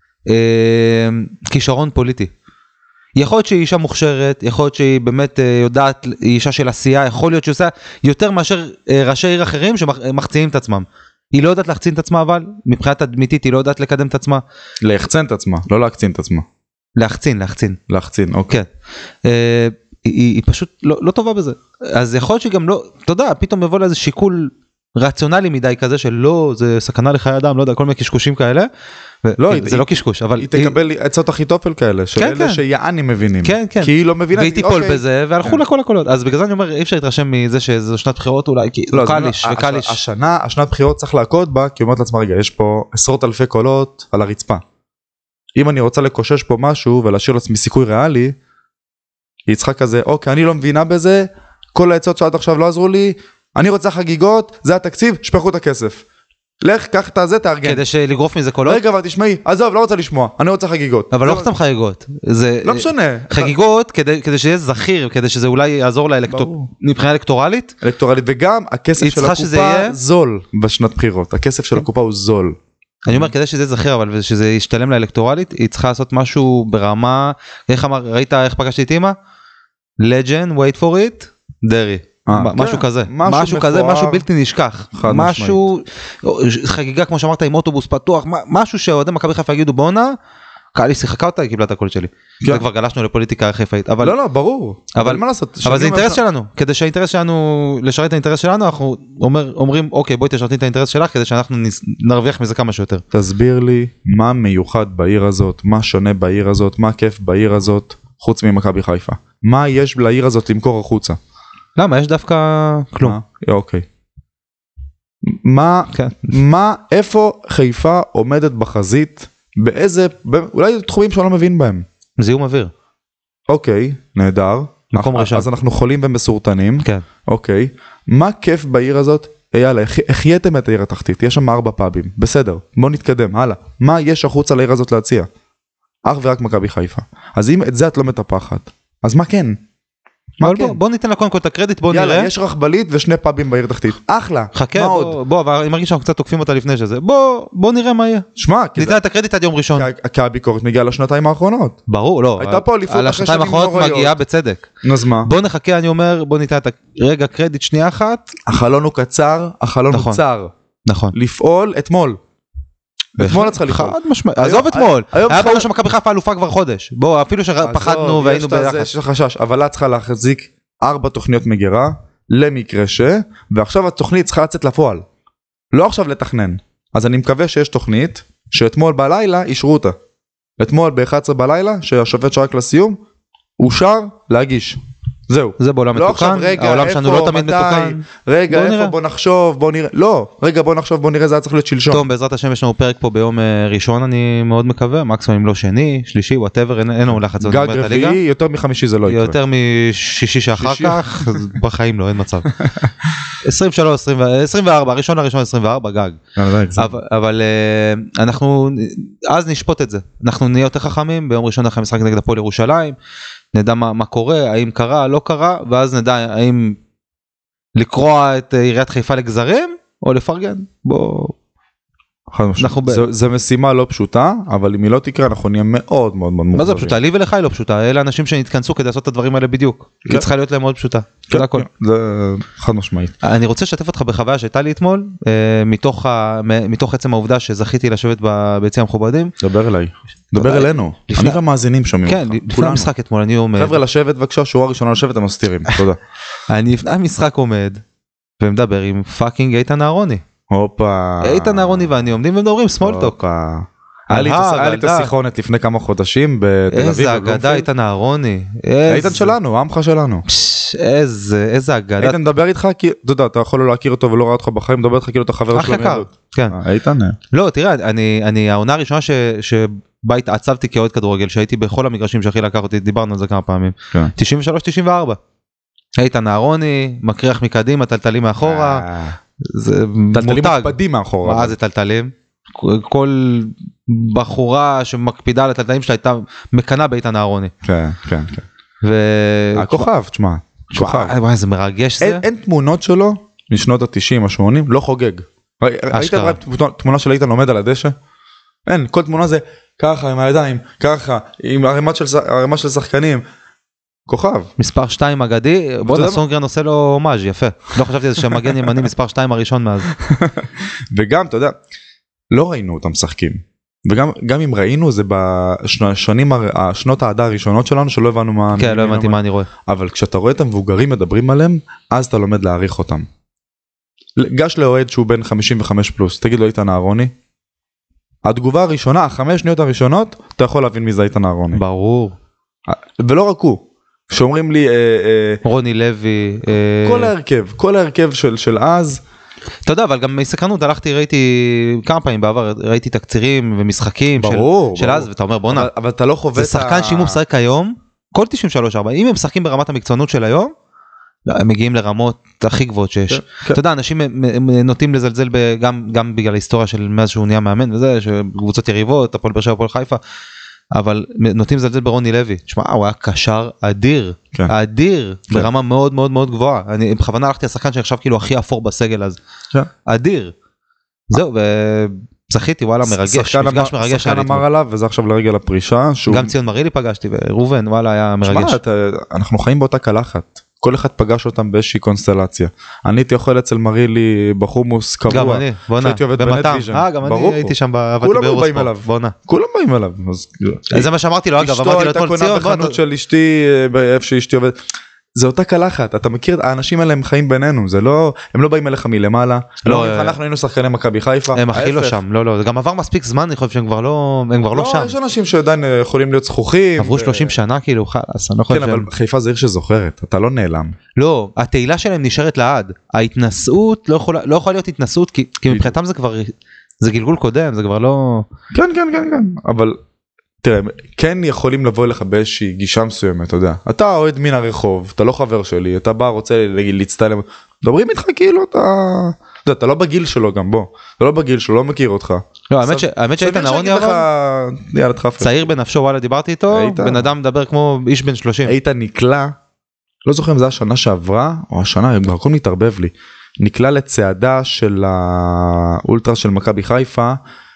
כישרון פוליטי. יכול להיות שהיא אישה מוכשרת, יכול להיות שהיא באמת יודעת, היא אישה של עשייה, יכול להיות שהיא עושה יותר מאשר ראשי עיר אחרים שמחצינים את עצמם. היא לא יודעת להחצין את עצמה, אבל מבחינת תדמיתית היא לא יודעת לקדם את עצמה. להחצן את עצמה, לא להחצין את עצמה. להחצין, להחצין. להחצין, אוקיי. כן. אה, היא, היא פשוט לא, לא טובה בזה. אז יכול להיות שגם לא, אתה יודע, פתאום יבוא לאיזה שיקול רציונלי מדי כזה שלא, זה סכנה לחיי אדם, לא יודע, כל מיני קשקושים כאלה. לא, זה היא, לא קשקוש, אבל... היא תקבל עצות אחיתופל כאלה, של כן, אלה כן. שיענים מבינים. כן, כן. כי היא לא מבינה. והיא תיפול אוקיי. בזה, והלכו כן. לכל הקולות. אז בגלל זה אני אומר, אי אפשר להתרשם מזה שזו שנת בחירות אולי, כי לא, קליש לא, וקליש. השנה, השנת בחירות צריך להקוד בה, כי אומרת לעצמה, רגע, יש פה עשרות אלפי קולות על הרצפה. אם אני רוצה לקושש פה משהו ולהשאיר לעצמי סיכוי ריאלי, היא צריכה כזה, אוקיי, אני לא מבינה בזה, כל העצות שעד עכשיו לא עזרו לי, אני רוצה חגיגות, זה התקציב, שפכו את הכסף. לך, קח את הזה, תארגן. כדי שלגרוף מזה קולות? רגע, אבל תשמעי, עזוב, לא רוצה לשמוע, אני רוצה חגיגות. אבל לא סתם חגיגות. לא משנה. חגיגות, כדי שיהיה זכיר, כדי שזה אולי יעזור לה מבחינה אלקטורלית. אלקטורלית, וגם הכסף של הקופה זול בשנת בחירות. הכסף של הקופה הוא זול. אני אומר, כדי שזה זכיר, אבל שזה ישתלם לאלקטורלית, היא צריכה לעשות משהו ברמה, איך אמר, ראית איך פגשתי את אמא? Legend, wait for it, דרי. משהו כזה, משהו כזה, משהו בלתי נשכח. משהו, חגיגה כמו שאמרת עם אוטובוס פתוח, משהו שאוהדי מכבי חיפה יגידו בונה, קאלי שיחקה אותה, היא קיבלה את הקול שלי. כן. זה כבר גלשנו לפוליטיקה חיפאית, אבל... לא, לא, ברור. אבל מה לעשות? אבל זה שנים אינטרס אתה- שלנו, כדי שהאינטרס שלנו, לשרת את האינטרס שלנו, אנחנו אומר, אומרים, אוקיי, בואי תשרתי את האינטרס שלך, כדי שאנחנו נס- נרוויח מזה כמה שיותר. תסביר לי מה מיוחד בעיר הזאת, מה שונה בעיר הזאת, מה כיף בעיר הזאת, חוץ ממכבי חיפה. מה יש לעיר הזאת למכור החוצה? למה? יש דווקא כלום. מה? אוקיי. מה, כן. מה, איפה חיפה עומדת בחזית, באיזה, אולי תחומים שאני לא מבין בהם. זיהום אוויר. אוקיי, נהדר. מקום אז- ראשון. אז אנחנו חולים ומסורטנים. כן. אוקיי. מה כיף בעיר הזאת? יאללה, החייתם את העיר התחתית, יש שם ארבע פאבים, בסדר, בוא נתקדם, הלאה. מה יש החוצה לעיר הזאת להציע? אך ורק מכבי חיפה. אז אם את זה את לא מטפחת, אז מה כן? מה אבל כן? בוא, בוא ניתן לה קודם כל את הקרדיט, בוא יאללה, נראה. יש רכבלית ושני פאבים בעיר תחתית. אחלה, חכה, מה עוד? בוא, בוא, אבל אני מרגיש שאנחנו קצת תוקפים אותה לפני שזה. בוא, בוא נראה מה יהיה. שמע, כי ניתן זה- לה את הקרדיט עד יום ראשון. כי- כי הביקורת מגיעה לשנתיים האחרונות. ברור, לא. הייתה פה אליפות על אחרי השנתיים שנים האחרונות נוראיות. מגיעה בצדק. אז מה? בוא נחכה, אני אומר, בוא ניתן את רגע קרדיט שנייה אחת. החלון הוא קצר, החלון נכון. הוא צר. נכון. לפעול אתמול. אתמול את צריכה לפעול. חד משמעית. היום- עזוב אתמול. היום היה צריכה- ברור שמכבי חיפה אלופה כבר חודש. בוא, אפילו שפחדנו עזוב, והיינו יש את הזה, ביחד. יש לך חשש, אבל את צריכה להחזיק ארבע תוכניות מגירה, למקרה ש, ועכשיו התוכנית צריכה לצאת לפועל. לא עכשיו לתכנן. אז אני מקווה שיש תוכנית, שאתמול בלילה אישרו אותה. אתמול ב-אחת עשרה בלילה, שהשופט שרק לסיום, אושר להגיש. זהו. זה בעולם לא עכשיו, מתוקן, רגע, העולם שלנו איפה, לא תמיד מתי, מתוקן. רגע, בוא איפה, נראה. בוא נחשוב, בוא נראה, לא, רגע, בוא נחשוב, בוא נראה, זה היה צריך להיות שלשום. טוב, בעזרת השם יש לנו פרק פה ביום אה, ראשון, אני מאוד מקווה, מקסימום אם לא שני, שלישי, וואטאבר, אין אין לנו לחץ. גג רביעי, יותר מחמישי זה לא יקרה. יותר משישי שאחר שישי. כך, אז בחיים לא, אין מצב. עשרים ושלוש, עשרים, עשרים וארבע, ראשון לראשון עשרים וארבע, גג. אבל, אבל אה, אנחנו, אז נשפוט את זה. אנחנו נהיה יותר חכמים, ביום ראשון אחרי משחק נגד הפועל ירושלים, נדע מה, מה קורה, האם קרה, לא קרה, ואז נדע האם לקרוע את עיריית חיפה לגזרים, או לפרגן. בוא... חד משמעית. אנחנו ב- זו- זו משימה לא פשוטה, אבל אם היא לא תקרה אנחנו נהיה מאוד מאוד מאוד מה זה מאוכזבים. פשוטה? לי ולך היא לא פשוטה, אלה אנשים שנתכנסו כדי לעשות את הדברים האלה בדיוק. כן. היא צריכה להיות להם מאוד פשוטה. כן, זה הכל. כן, זה חד משמעית. אני רוצה לשתף אותך בחוויה שהייתה לי אתמול, אה, מתוך ה- מ- מתוך עצם העובדה שזכיתי לשבת ב- ביציע המכובדים. דבר אליי. דבר ודאי. אלינו. לפני- אני והמאזינים שומעים כן, אותך. לפני כולנו. המשחק אתמול אני עומד, חבר'ה לשבת בבקשה, שורה ראשונה לשבת הם מסתירים. תודה. אני לפני המשחק עומד, ומדבר עם פאקינג איתן אהרוני. הופה. איתן אהרוני ואני עומדים ומדברים סמולטוק. הופה. היה לי את אהה, הס- היה לי את ילדה. השיחונת לפני כמה חודשים בתל אביב. איזה אגדה בבלומפילד. איתן אהרוני. איתן שלנו, עמך שלנו. פש, איזה איזה אגדה. איתן מדבר איתך כי, אתה יודע, אתה יכול לא להכיר אותו ולא ראה אותך בחיים, מדבר איתך כאילו אתה חבר אח שלו יקר. מילדות. כן. אה, איתן? אה. לא, תראה, אני, אני, העונה הראשונה ש, שבה התעצבתי כאוהד כדורגל, שהייתי בכל המגרשים שהכי לקח אותי, דיברנו על זה כמה פעמים. כן. תשעים ושלוש תשעים וארבע. איתן אהרוני, מקריח מקדימה, טלטלים מאחורה, אה, זה טלטלים מותג. מוקפדים מאחורה. מה זה טלטלים? כל בחורה שמקפידה על הטלטלים שלה הייתה מקנה באיתן אהרוני. כן, כן, כן. ו... הכוכב, תשמע. כוכב. וואי, וואי, זה מרגש זה. אין, אין תמונות שלו משנות ה-תשעים, ה-שמונים, לא חוגג. ראי- ראית אשכרה. ראית תמונה של איתן עומד על הדשא? אין, כל תמונה זה ככה עם הידיים, ככה, עם ערימת של, ש- ערימה של שחקנים. כוכב. מספר שתיים אגדי, בוא יודע מה? סונגרן עושה לו הומאז' יפה. לא חשבתי על זה שמגן ימני מספר שתיים הראשון מאז. וגם, אתה יודע, לא ראינו אותם משחקים. וגם גם אם ראינו זה בשנים, השנות העדה הראשונות שלנו שלא הבנו מה... כן, לא הבנתי מה אני רואה. אבל כשאתה רואה את המבוגרים מדברים עליהם, אז אתה לומד להעריך אותם. גש לאוהד שהוא בן חמישים וחמש פלוס, תגיד לו איתן אהרוני. התגובה הראשונה, החמש שניות הראשונות, אתה יכול להבין מי זה איתן אהרוני. ברור. ולא רק הוא, שאומרים לי, אה, אה, רוני לוי. אה, כל ההרכב, כל ההרכב של, של אז, אתה יודע, אבל גם מסקרנות הלכתי, ראיתי כמה פעמים בעבר, ראיתי תקצירים ומשחקים של- ברור, של ברור. אז, ואתה אומר בואנה, אבל, אבל אתה לא חווה זה את שחקן שאם הוא משחק היום, כל תשעים ושלוש ארבע, אם הם משחקים ברמת המקצוענות של היום, לא, הם מגיעים לרמות הכי גבוהות שיש. כן, כן. אתה יודע, אנשים הם- הם נוטים לזלזל ב- גם גם בגלל ההיסטוריה של מאז שהוא נהיה מאמן וזה, שקבוצות יריבות, הפועל באר שבע, הפועל חיפה, אבל נוטים לזלזל ברוני לוי. תשמע, הוא היה קשר אדיר, כן. אדיר, כן. ברמה מאוד מאוד מאוד גבוהה. אני בכוונה הלכתי לשחקן שנחשב כאילו הכי אפור בסגל אז. כן. אדיר. זהו, וזכיתי, וואלה, מרגש, שחקן מפגש אמר- מרגש. שחקן היה לי אמר אתמול. עליו, וזה עכשיו לרגל הפרישה, שהוא... גם ציון מרילי פגשתי, וראובן, וואלה, היה מרגש. שמע, אתה- אנחנו חיים באותה קלחת. כל אחד פגש אותם באיזושהי קונסטלציה. אני הייתי אוכל אצל מרילי בחומוס קבוע. גם אני, בוא נע, במתם. אה, גם אני הייתי שם, עבדתי באירוספורט, בוא נע. כולם באים אליו. זה מה שאמרתי לו, אגב, אמרתי לו אתמול ציון. אשתו הייתה קונה בחנות של אשתי, איפה שאשתי עובדת. זה אותה קלחת, אתה מכיר, האנשים האלה הם חיים בינינו, זה לא, הם לא באים אליך מלמעלה, לא, אנחנו היינו שחקני מכבי חיפה. הם הכי לא שם, לא, לא, זה גם עבר מספיק זמן, אני חושב שהם כבר לא, הם כבר לא שם. יש אנשים שעדיין יכולים להיות זכוכים. עברו שלושים שנה כאילו, חלאס, אני לא חושב. כן, אבל חיפה זה עיר שזוכרת, אתה לא נעלם. לא, התהילה שלהם נשארת לעד, ההתנסות לא יכולה, לא יכולה להיות התנסות, כי מבחינתם זה כבר, זה גלגול קודם, זה כבר לא... כן, כן, כן, כן, אבל... תראה, כן יכולים לבוא לך באיזושהי גישה מסוימת, אתה יודע, אתה אוהד מן הרחוב, אתה לא חבר שלי, אתה בא רוצה להצטלם, מדברים איתך כאילו, אתה, אתה, אתה לא בגיל שלו גם, בוא, אתה לא בגיל שלו, לא מכיר אותך. לא, האמת שאיתן אהרוני אבל, צעיר בנפשו, וואלה, דיברתי איתו, בן אדם מדבר כמו איש בן שלושים. איתן נקלע, לא זוכר אם זה השנה שעברה, או השנה, הכל מתערבב לי, נקלע לצעדה של האולטרה של מכבי חיפה,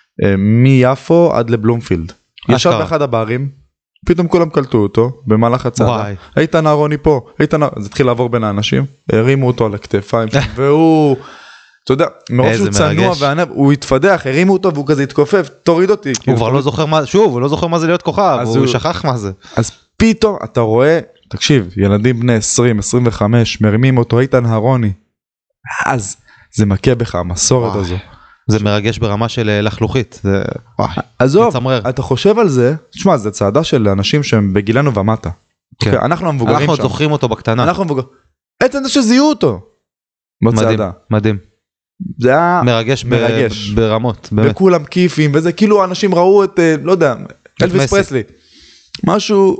מיפו עד לבלומפילד. ישב באחד הברים, פתאום כולם קלטו אותו במהלך הצעדה. איתן אהרוני פה, איתן, זה התחיל לעבור בין האנשים, הרימו אותו על הכתפיים, והוא, אתה יודע, מראש הוא צנוע וענב, הוא התפדח, הרימו אותו והוא כזה התכופף, תוריד אותי. הוא כבר לא זוכר מה, שוב, הוא לא זוכר מה זה להיות כוכב, הוא שכח מה זה. אז פתאום אתה רואה, תקשיב, ילדים בני עשרים, עשרים וחמש, מרימים אותו, איתן אהרוני, אז זה מכה בך, המסורת הזו. זה מרגש ברמה של לחלוכית. עזוב, אתה חושב על זה, תשמע, זה צעדה של אנשים שהם בגילנו ומטה. אנחנו המבוגרים שם. אנחנו זוכרים אותו בקטנה. אנחנו המבוגרים. עצם זה שזיהו אותו. בצעדה. מדהים. זה היה מרגש ברמות. וכולם כיפים, וזה כאילו אנשים ראו את, לא יודע, אלוויס פרסלי. משהו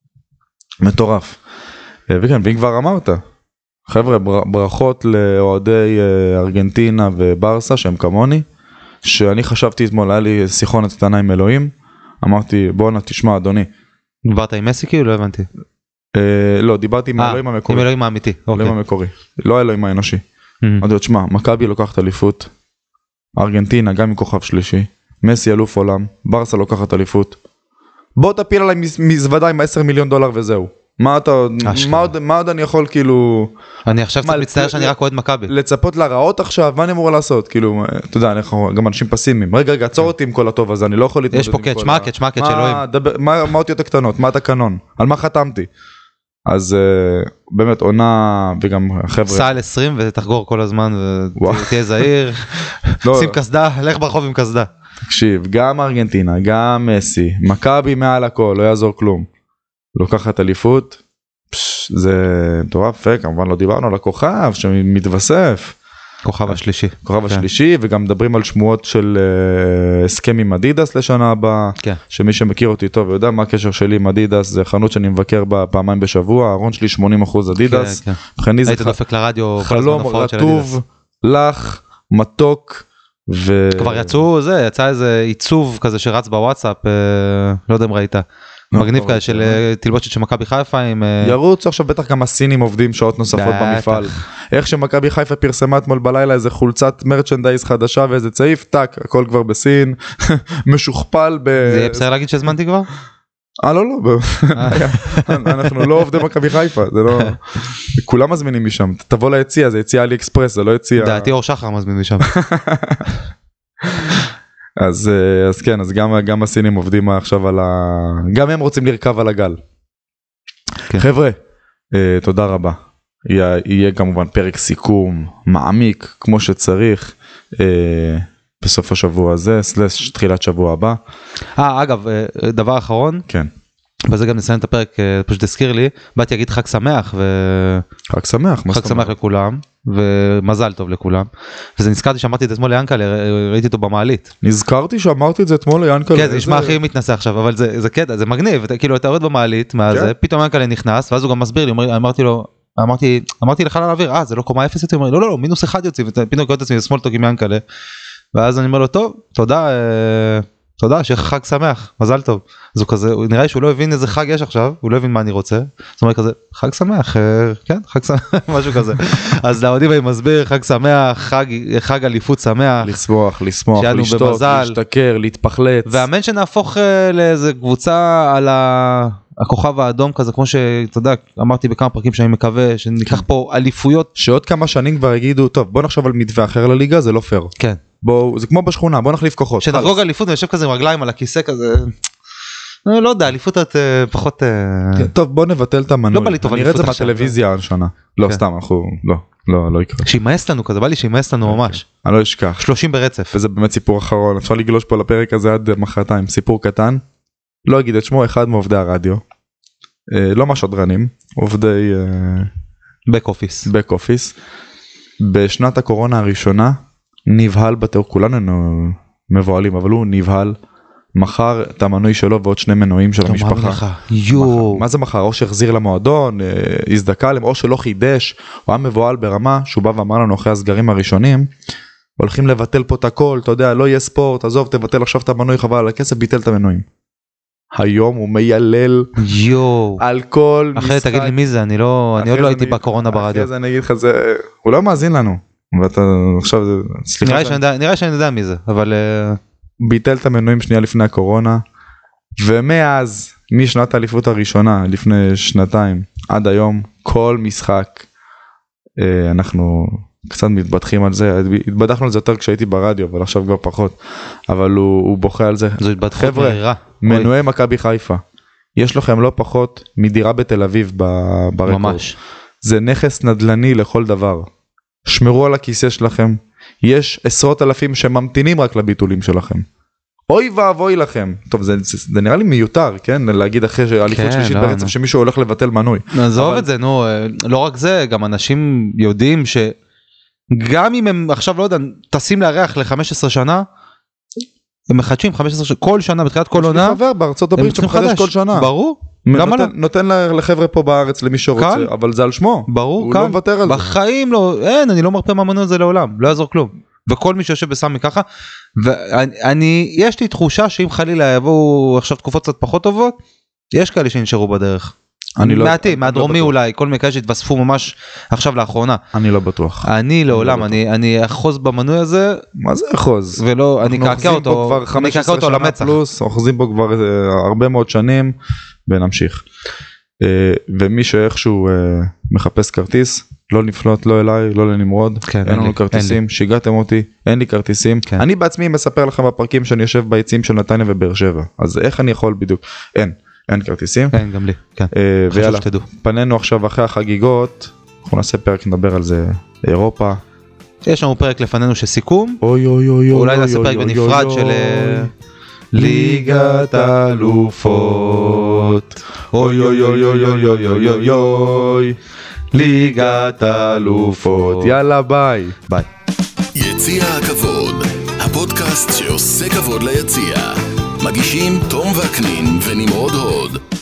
מטורף. וכן, ואם כבר אמרת, חבר'ה, ברכות לאוהדי ארגנטינה וברסה שהם כמוני, שאני חשבתי אתמול, היה לי שיחונת קטנה עם אלוהים, אמרתי בוא תשמע אדוני. דיברת עם מסי כאילו? לא הבנתי. לא, דיברתי עם אלוהים המקורי. עם אלוהים האמיתי. אלוהים המקורי, לא אלוהים האנושי. אמרתי לו, תשמע, מכבי לוקחת אליפות, ארגנטינה גם עם כוכב שלישי, מסי אלוף עולם, ברסה לוקחת אליפות, בוא תפיל עליי מזוודה עם עשרה מיליון דולר וזהו. מה אתה, מה עוד, מה עוד אני יכול כאילו... אני עכשיו קצת מצטער שאני רק אוהד מכבי. לצפות לרעות עכשיו, מה אני אמור לעשות? כאילו, אתה יודע, גם אנשים פסימיים. רגע, רגע, עצור אותי עם כל הטוב הזה, אני לא יכול להתמודד עם כל... יש פה קאץ', מה הקאץ', מה הקאץ' אלוהים? מה אותיות הקטנות, מה התקנון? על מה חתמתי? אז באמת עונה, וגם חבר'ה... סע על עשרים ותחגור כל הזמן, ותהיה זהיר, שים קסדה, לך ברחוב עם קסדה. תקשיב, גם ארגנטינה, גם מסי, מכבי מעל הכל, לא יעזור כלום. לוקחת אליפות, זה מטורף, כמובן לא דיברנו על הכוכב שמתווסף. כוכב השלישי. כוכב השלישי, וגם מדברים על שמועות של הסכם עם אדידס לשנה הבאה, שמי שמכיר אותי טוב ויודע מה הקשר שלי עם אדידס, זה חנות שאני מבקר בה פעמיים בשבוע, הארון שלי שמונים אחוז אדידס. היית דופק לרדיו, חלום רטוב, לך, מתוק. כבר יצאו, זה, יצא איזה עיצוב כזה שרץ בוואטסאפ, לא יודע אם ראית. מגניב כזה של תלבושת של מכבי חיפה עם... ירוץ עכשיו בטח גם הסינים עובדים שעות נוספות במפעל. איך שמכבי חיפה פרסמה אתמול בלילה איזה חולצת מרצ'נדייז חדשה ואיזה צעיף, טק, הכל כבר בסין, משוכפל ב... זה יהיה בסדר להגיד שהזמנתי כבר? אה לא לא, אנחנו לא עובדי מכבי חיפה, זה לא... כולם מזמינים משם, תבוא ליציאה, זה יציאה אלי אקספרס, זה לא יציאה... דעתי אור שחר מזמין משם. אז אז כן, אז גם גם הסינים עובדים עכשיו על ה... גם הם רוצים לרכב על הגל. כן. חבר'ה, תודה רבה. יהיה, יהיה כמובן פרק סיכום מעמיק כמו שצריך בסוף השבוע הזה, סלש תחילת שבוע הבא. אה, אגב, דבר אחרון. כן. וזה גם נסיים את הפרק, פשוט תזכיר לי, באתי להגיד חג שמח ו... חג שמח, חג שמח לכולם, ומזל טוב לכולם. וזה נזכרתי שאמרתי את זה אתמול ליאנקל, ראיתי אותו במעלית. נזכרתי שאמרתי את זה אתמול ליאנקל. כן, זה נשמע הכי מתנסה עכשיו, אבל זה קטע, זה מגניב, כאילו אתה יורד במעלית, פתאום ליאנקל נכנס, ואז הוא גם מסביר לי, אמרתי לו, אמרתי, אמרתי לך לאוויר, אה, זה לא קומה אפס יוצאים, לא, לא, לא, מינוס אחד יוצאים, ופתאום קורא את עצמי, סמול טוק עם ליאנקל, ואז אני אומר לו, טוב, תודה, תודה, שיהיה חג שמח, מזל טוב. אז הוא כזה, נראה לי שהוא לא הבין איזה חג יש עכשיו, הוא לא הבין מה אני רוצה. זאת אומרת כזה, חג שמח, כן, חג שמח, משהו כזה. אז לעודים אני מסביר, חג שמח, חג, חג אליפות שמח. לשמוח, לשמוח, לשתות, להשתכר, להתפחלץ. ואמן שנהפוך לאיזה קבוצה על ה... הכוכב האדום כזה, כמו שאתה יודע, אמרתי בכמה פרקים שאני מקווה שניקח פה אליפויות. שעוד כמה שנים כבר יגידו, טוב, בוא נחשוב על מתווה אחר לליגה, זה לא פייר. כן. בוא, זה כמו בשכונה, בוא נחליף כוחות. שנחגוג אליפות ויושב כזה עם רגליים על הכיסא כזה, לא יודע, אליפות את פחות... טוב, בוא נבטל את המנוי. לא בא לי טוב נראה את זה מהטלוויזיה השנה. לא, סתם, אנחנו, לא, לא, לא יקרה. שימאס לנו כזה, בא לי שימאס לנו ממש. אני לא אשכח. שלושים ברצף. וזה באמת סיפור אחרון, אפשר לגלוש פה לפרק הזה עד מחרתיים, סיפור קטן. לא אגיד את שמו, אחד מעובדי הרדיו. לא מהשדרנים, עובדי... בק אופיס. בק אופיס. בשנת הקורונה הראשונה, נבהל בטוח, כולנו מבועלים, אבל הוא נבהל. מחר את המנוי שלו ועוד שני מנויים של המשפחה. יו. מה זה מחר? או שהחזיר למועדון, הזדקה להם, או שלא חידש, הוא היה מבועל ברמה, שהוא בא ואמר לנו אחרי הסגרים הראשונים, הולכים לבטל פה את הכל, אתה יודע, לא יהיה ספורט, עזוב, תבטל עכשיו את המנוי, חבל על הכסף, ביטל את המנויים. היום הוא מיילל יו. על כל משחק. אחרי תגיד לי מי זה, אני לא, אני עוד לא הייתי בקורונה ברדיו. אחרי זה אני אגיד לך, הוא לא מאזין לנו, ואתה עכשיו, נראה שאני יודע מי זה, אבל... ביטל את המנויים שנייה לפני הקורונה, ומאז, משנת האליפות הראשונה, לפני שנתיים, עד היום, כל משחק, אנחנו קצת מתבטחים על זה, התבדחנו על זה יותר כשהייתי ברדיו, אבל עכשיו כבר פחות, אבל הוא, הוא בוכה על זה. זו התבדחות חבר'ה, מהירה. מנויי מכבי חיפה, יש לכם לא פחות מדירה בתל אביב ברקורד. ממש. זה נכס נדלני לכל דבר. שמרו על הכיסא שלכם, יש עשרות אלפים שממתינים רק לביטולים שלכם. אוי ואבוי לכם. טוב, זה, זה, זה נראה לי מיותר, כן? להגיד אחרי שאליפות כן, שלישית לא, ברצף נו. שמישהו הולך לבטל מנוי. נעזוב אבל... את זה, נו, לא רק זה, גם אנשים יודעים שגם אם הם עכשיו, לא יודע, טסים לארח ל-חמש עשרה שנה, הם מחדשים חמש עשרה שנה, כל שנה, בתחילת כל עונה, יש לי חבר בארצות הברית שמחדש כל שנה. ברור. גם נותן, נותן לחבר'ה פה בארץ למי שרוצה, כאן? אבל זה על שמו. ברור, הוא כאן. לא מוותר על זה. בחיים לא, אין, אני לא מרפא מהמנוי הזה לעולם, לא יעזור כלום. וכל מי שיושב בסמי ככה, ואני, יש לי תחושה שאם חלילה יבואו עכשיו תקופות קצת פחות טובות, יש כאלה שנשארו בדרך. אני לא, מעטים, מהדרומי לא אולי, כל מיני כאלה שהתווספו ממש עכשיו לאחרונה. אני לא בטוח. אני לעולם, אני, אני אחוז במנוי הזה. מה זה אחוז? ולא, אני קעקע אותו, אני קעקע אותו למצח. פלוס, אוחזים בו כבר הרבה מאוד שנים, ונמשיך. ומי שאיכשהו מחפש כרטיס, לא נפלוט, לא אליי, לא לנמרוד, כן, אין לנו כרטיסים, שיגעתם אותי, אין לי כרטיסים. כן. אני בעצמי מספר לכם בפרקים שאני יושב ביציעים של נתניה ובאר שבע, אז איך אני יכול בדיוק? אין. אין כרטיסים. אין, גם לי, כן. ויאללה, פנינו עכשיו אחרי החגיגות, אנחנו נעשה פרק, נדבר על זה, אירופה. יש לנו פרק לפנינו שסיכום, אוי אוי אוי אוי אולי נעשה פרק בנפרד של ליגת אלופות, אוי אוי אוי אוי אוי אוי אוי אוי אוי, ליגת אלופות, יאללה ביי. ביי. יציע הכבוד, הפודקאסט שעושה כבוד ליציע. מגישים תום וקנין ונמרוד הוד.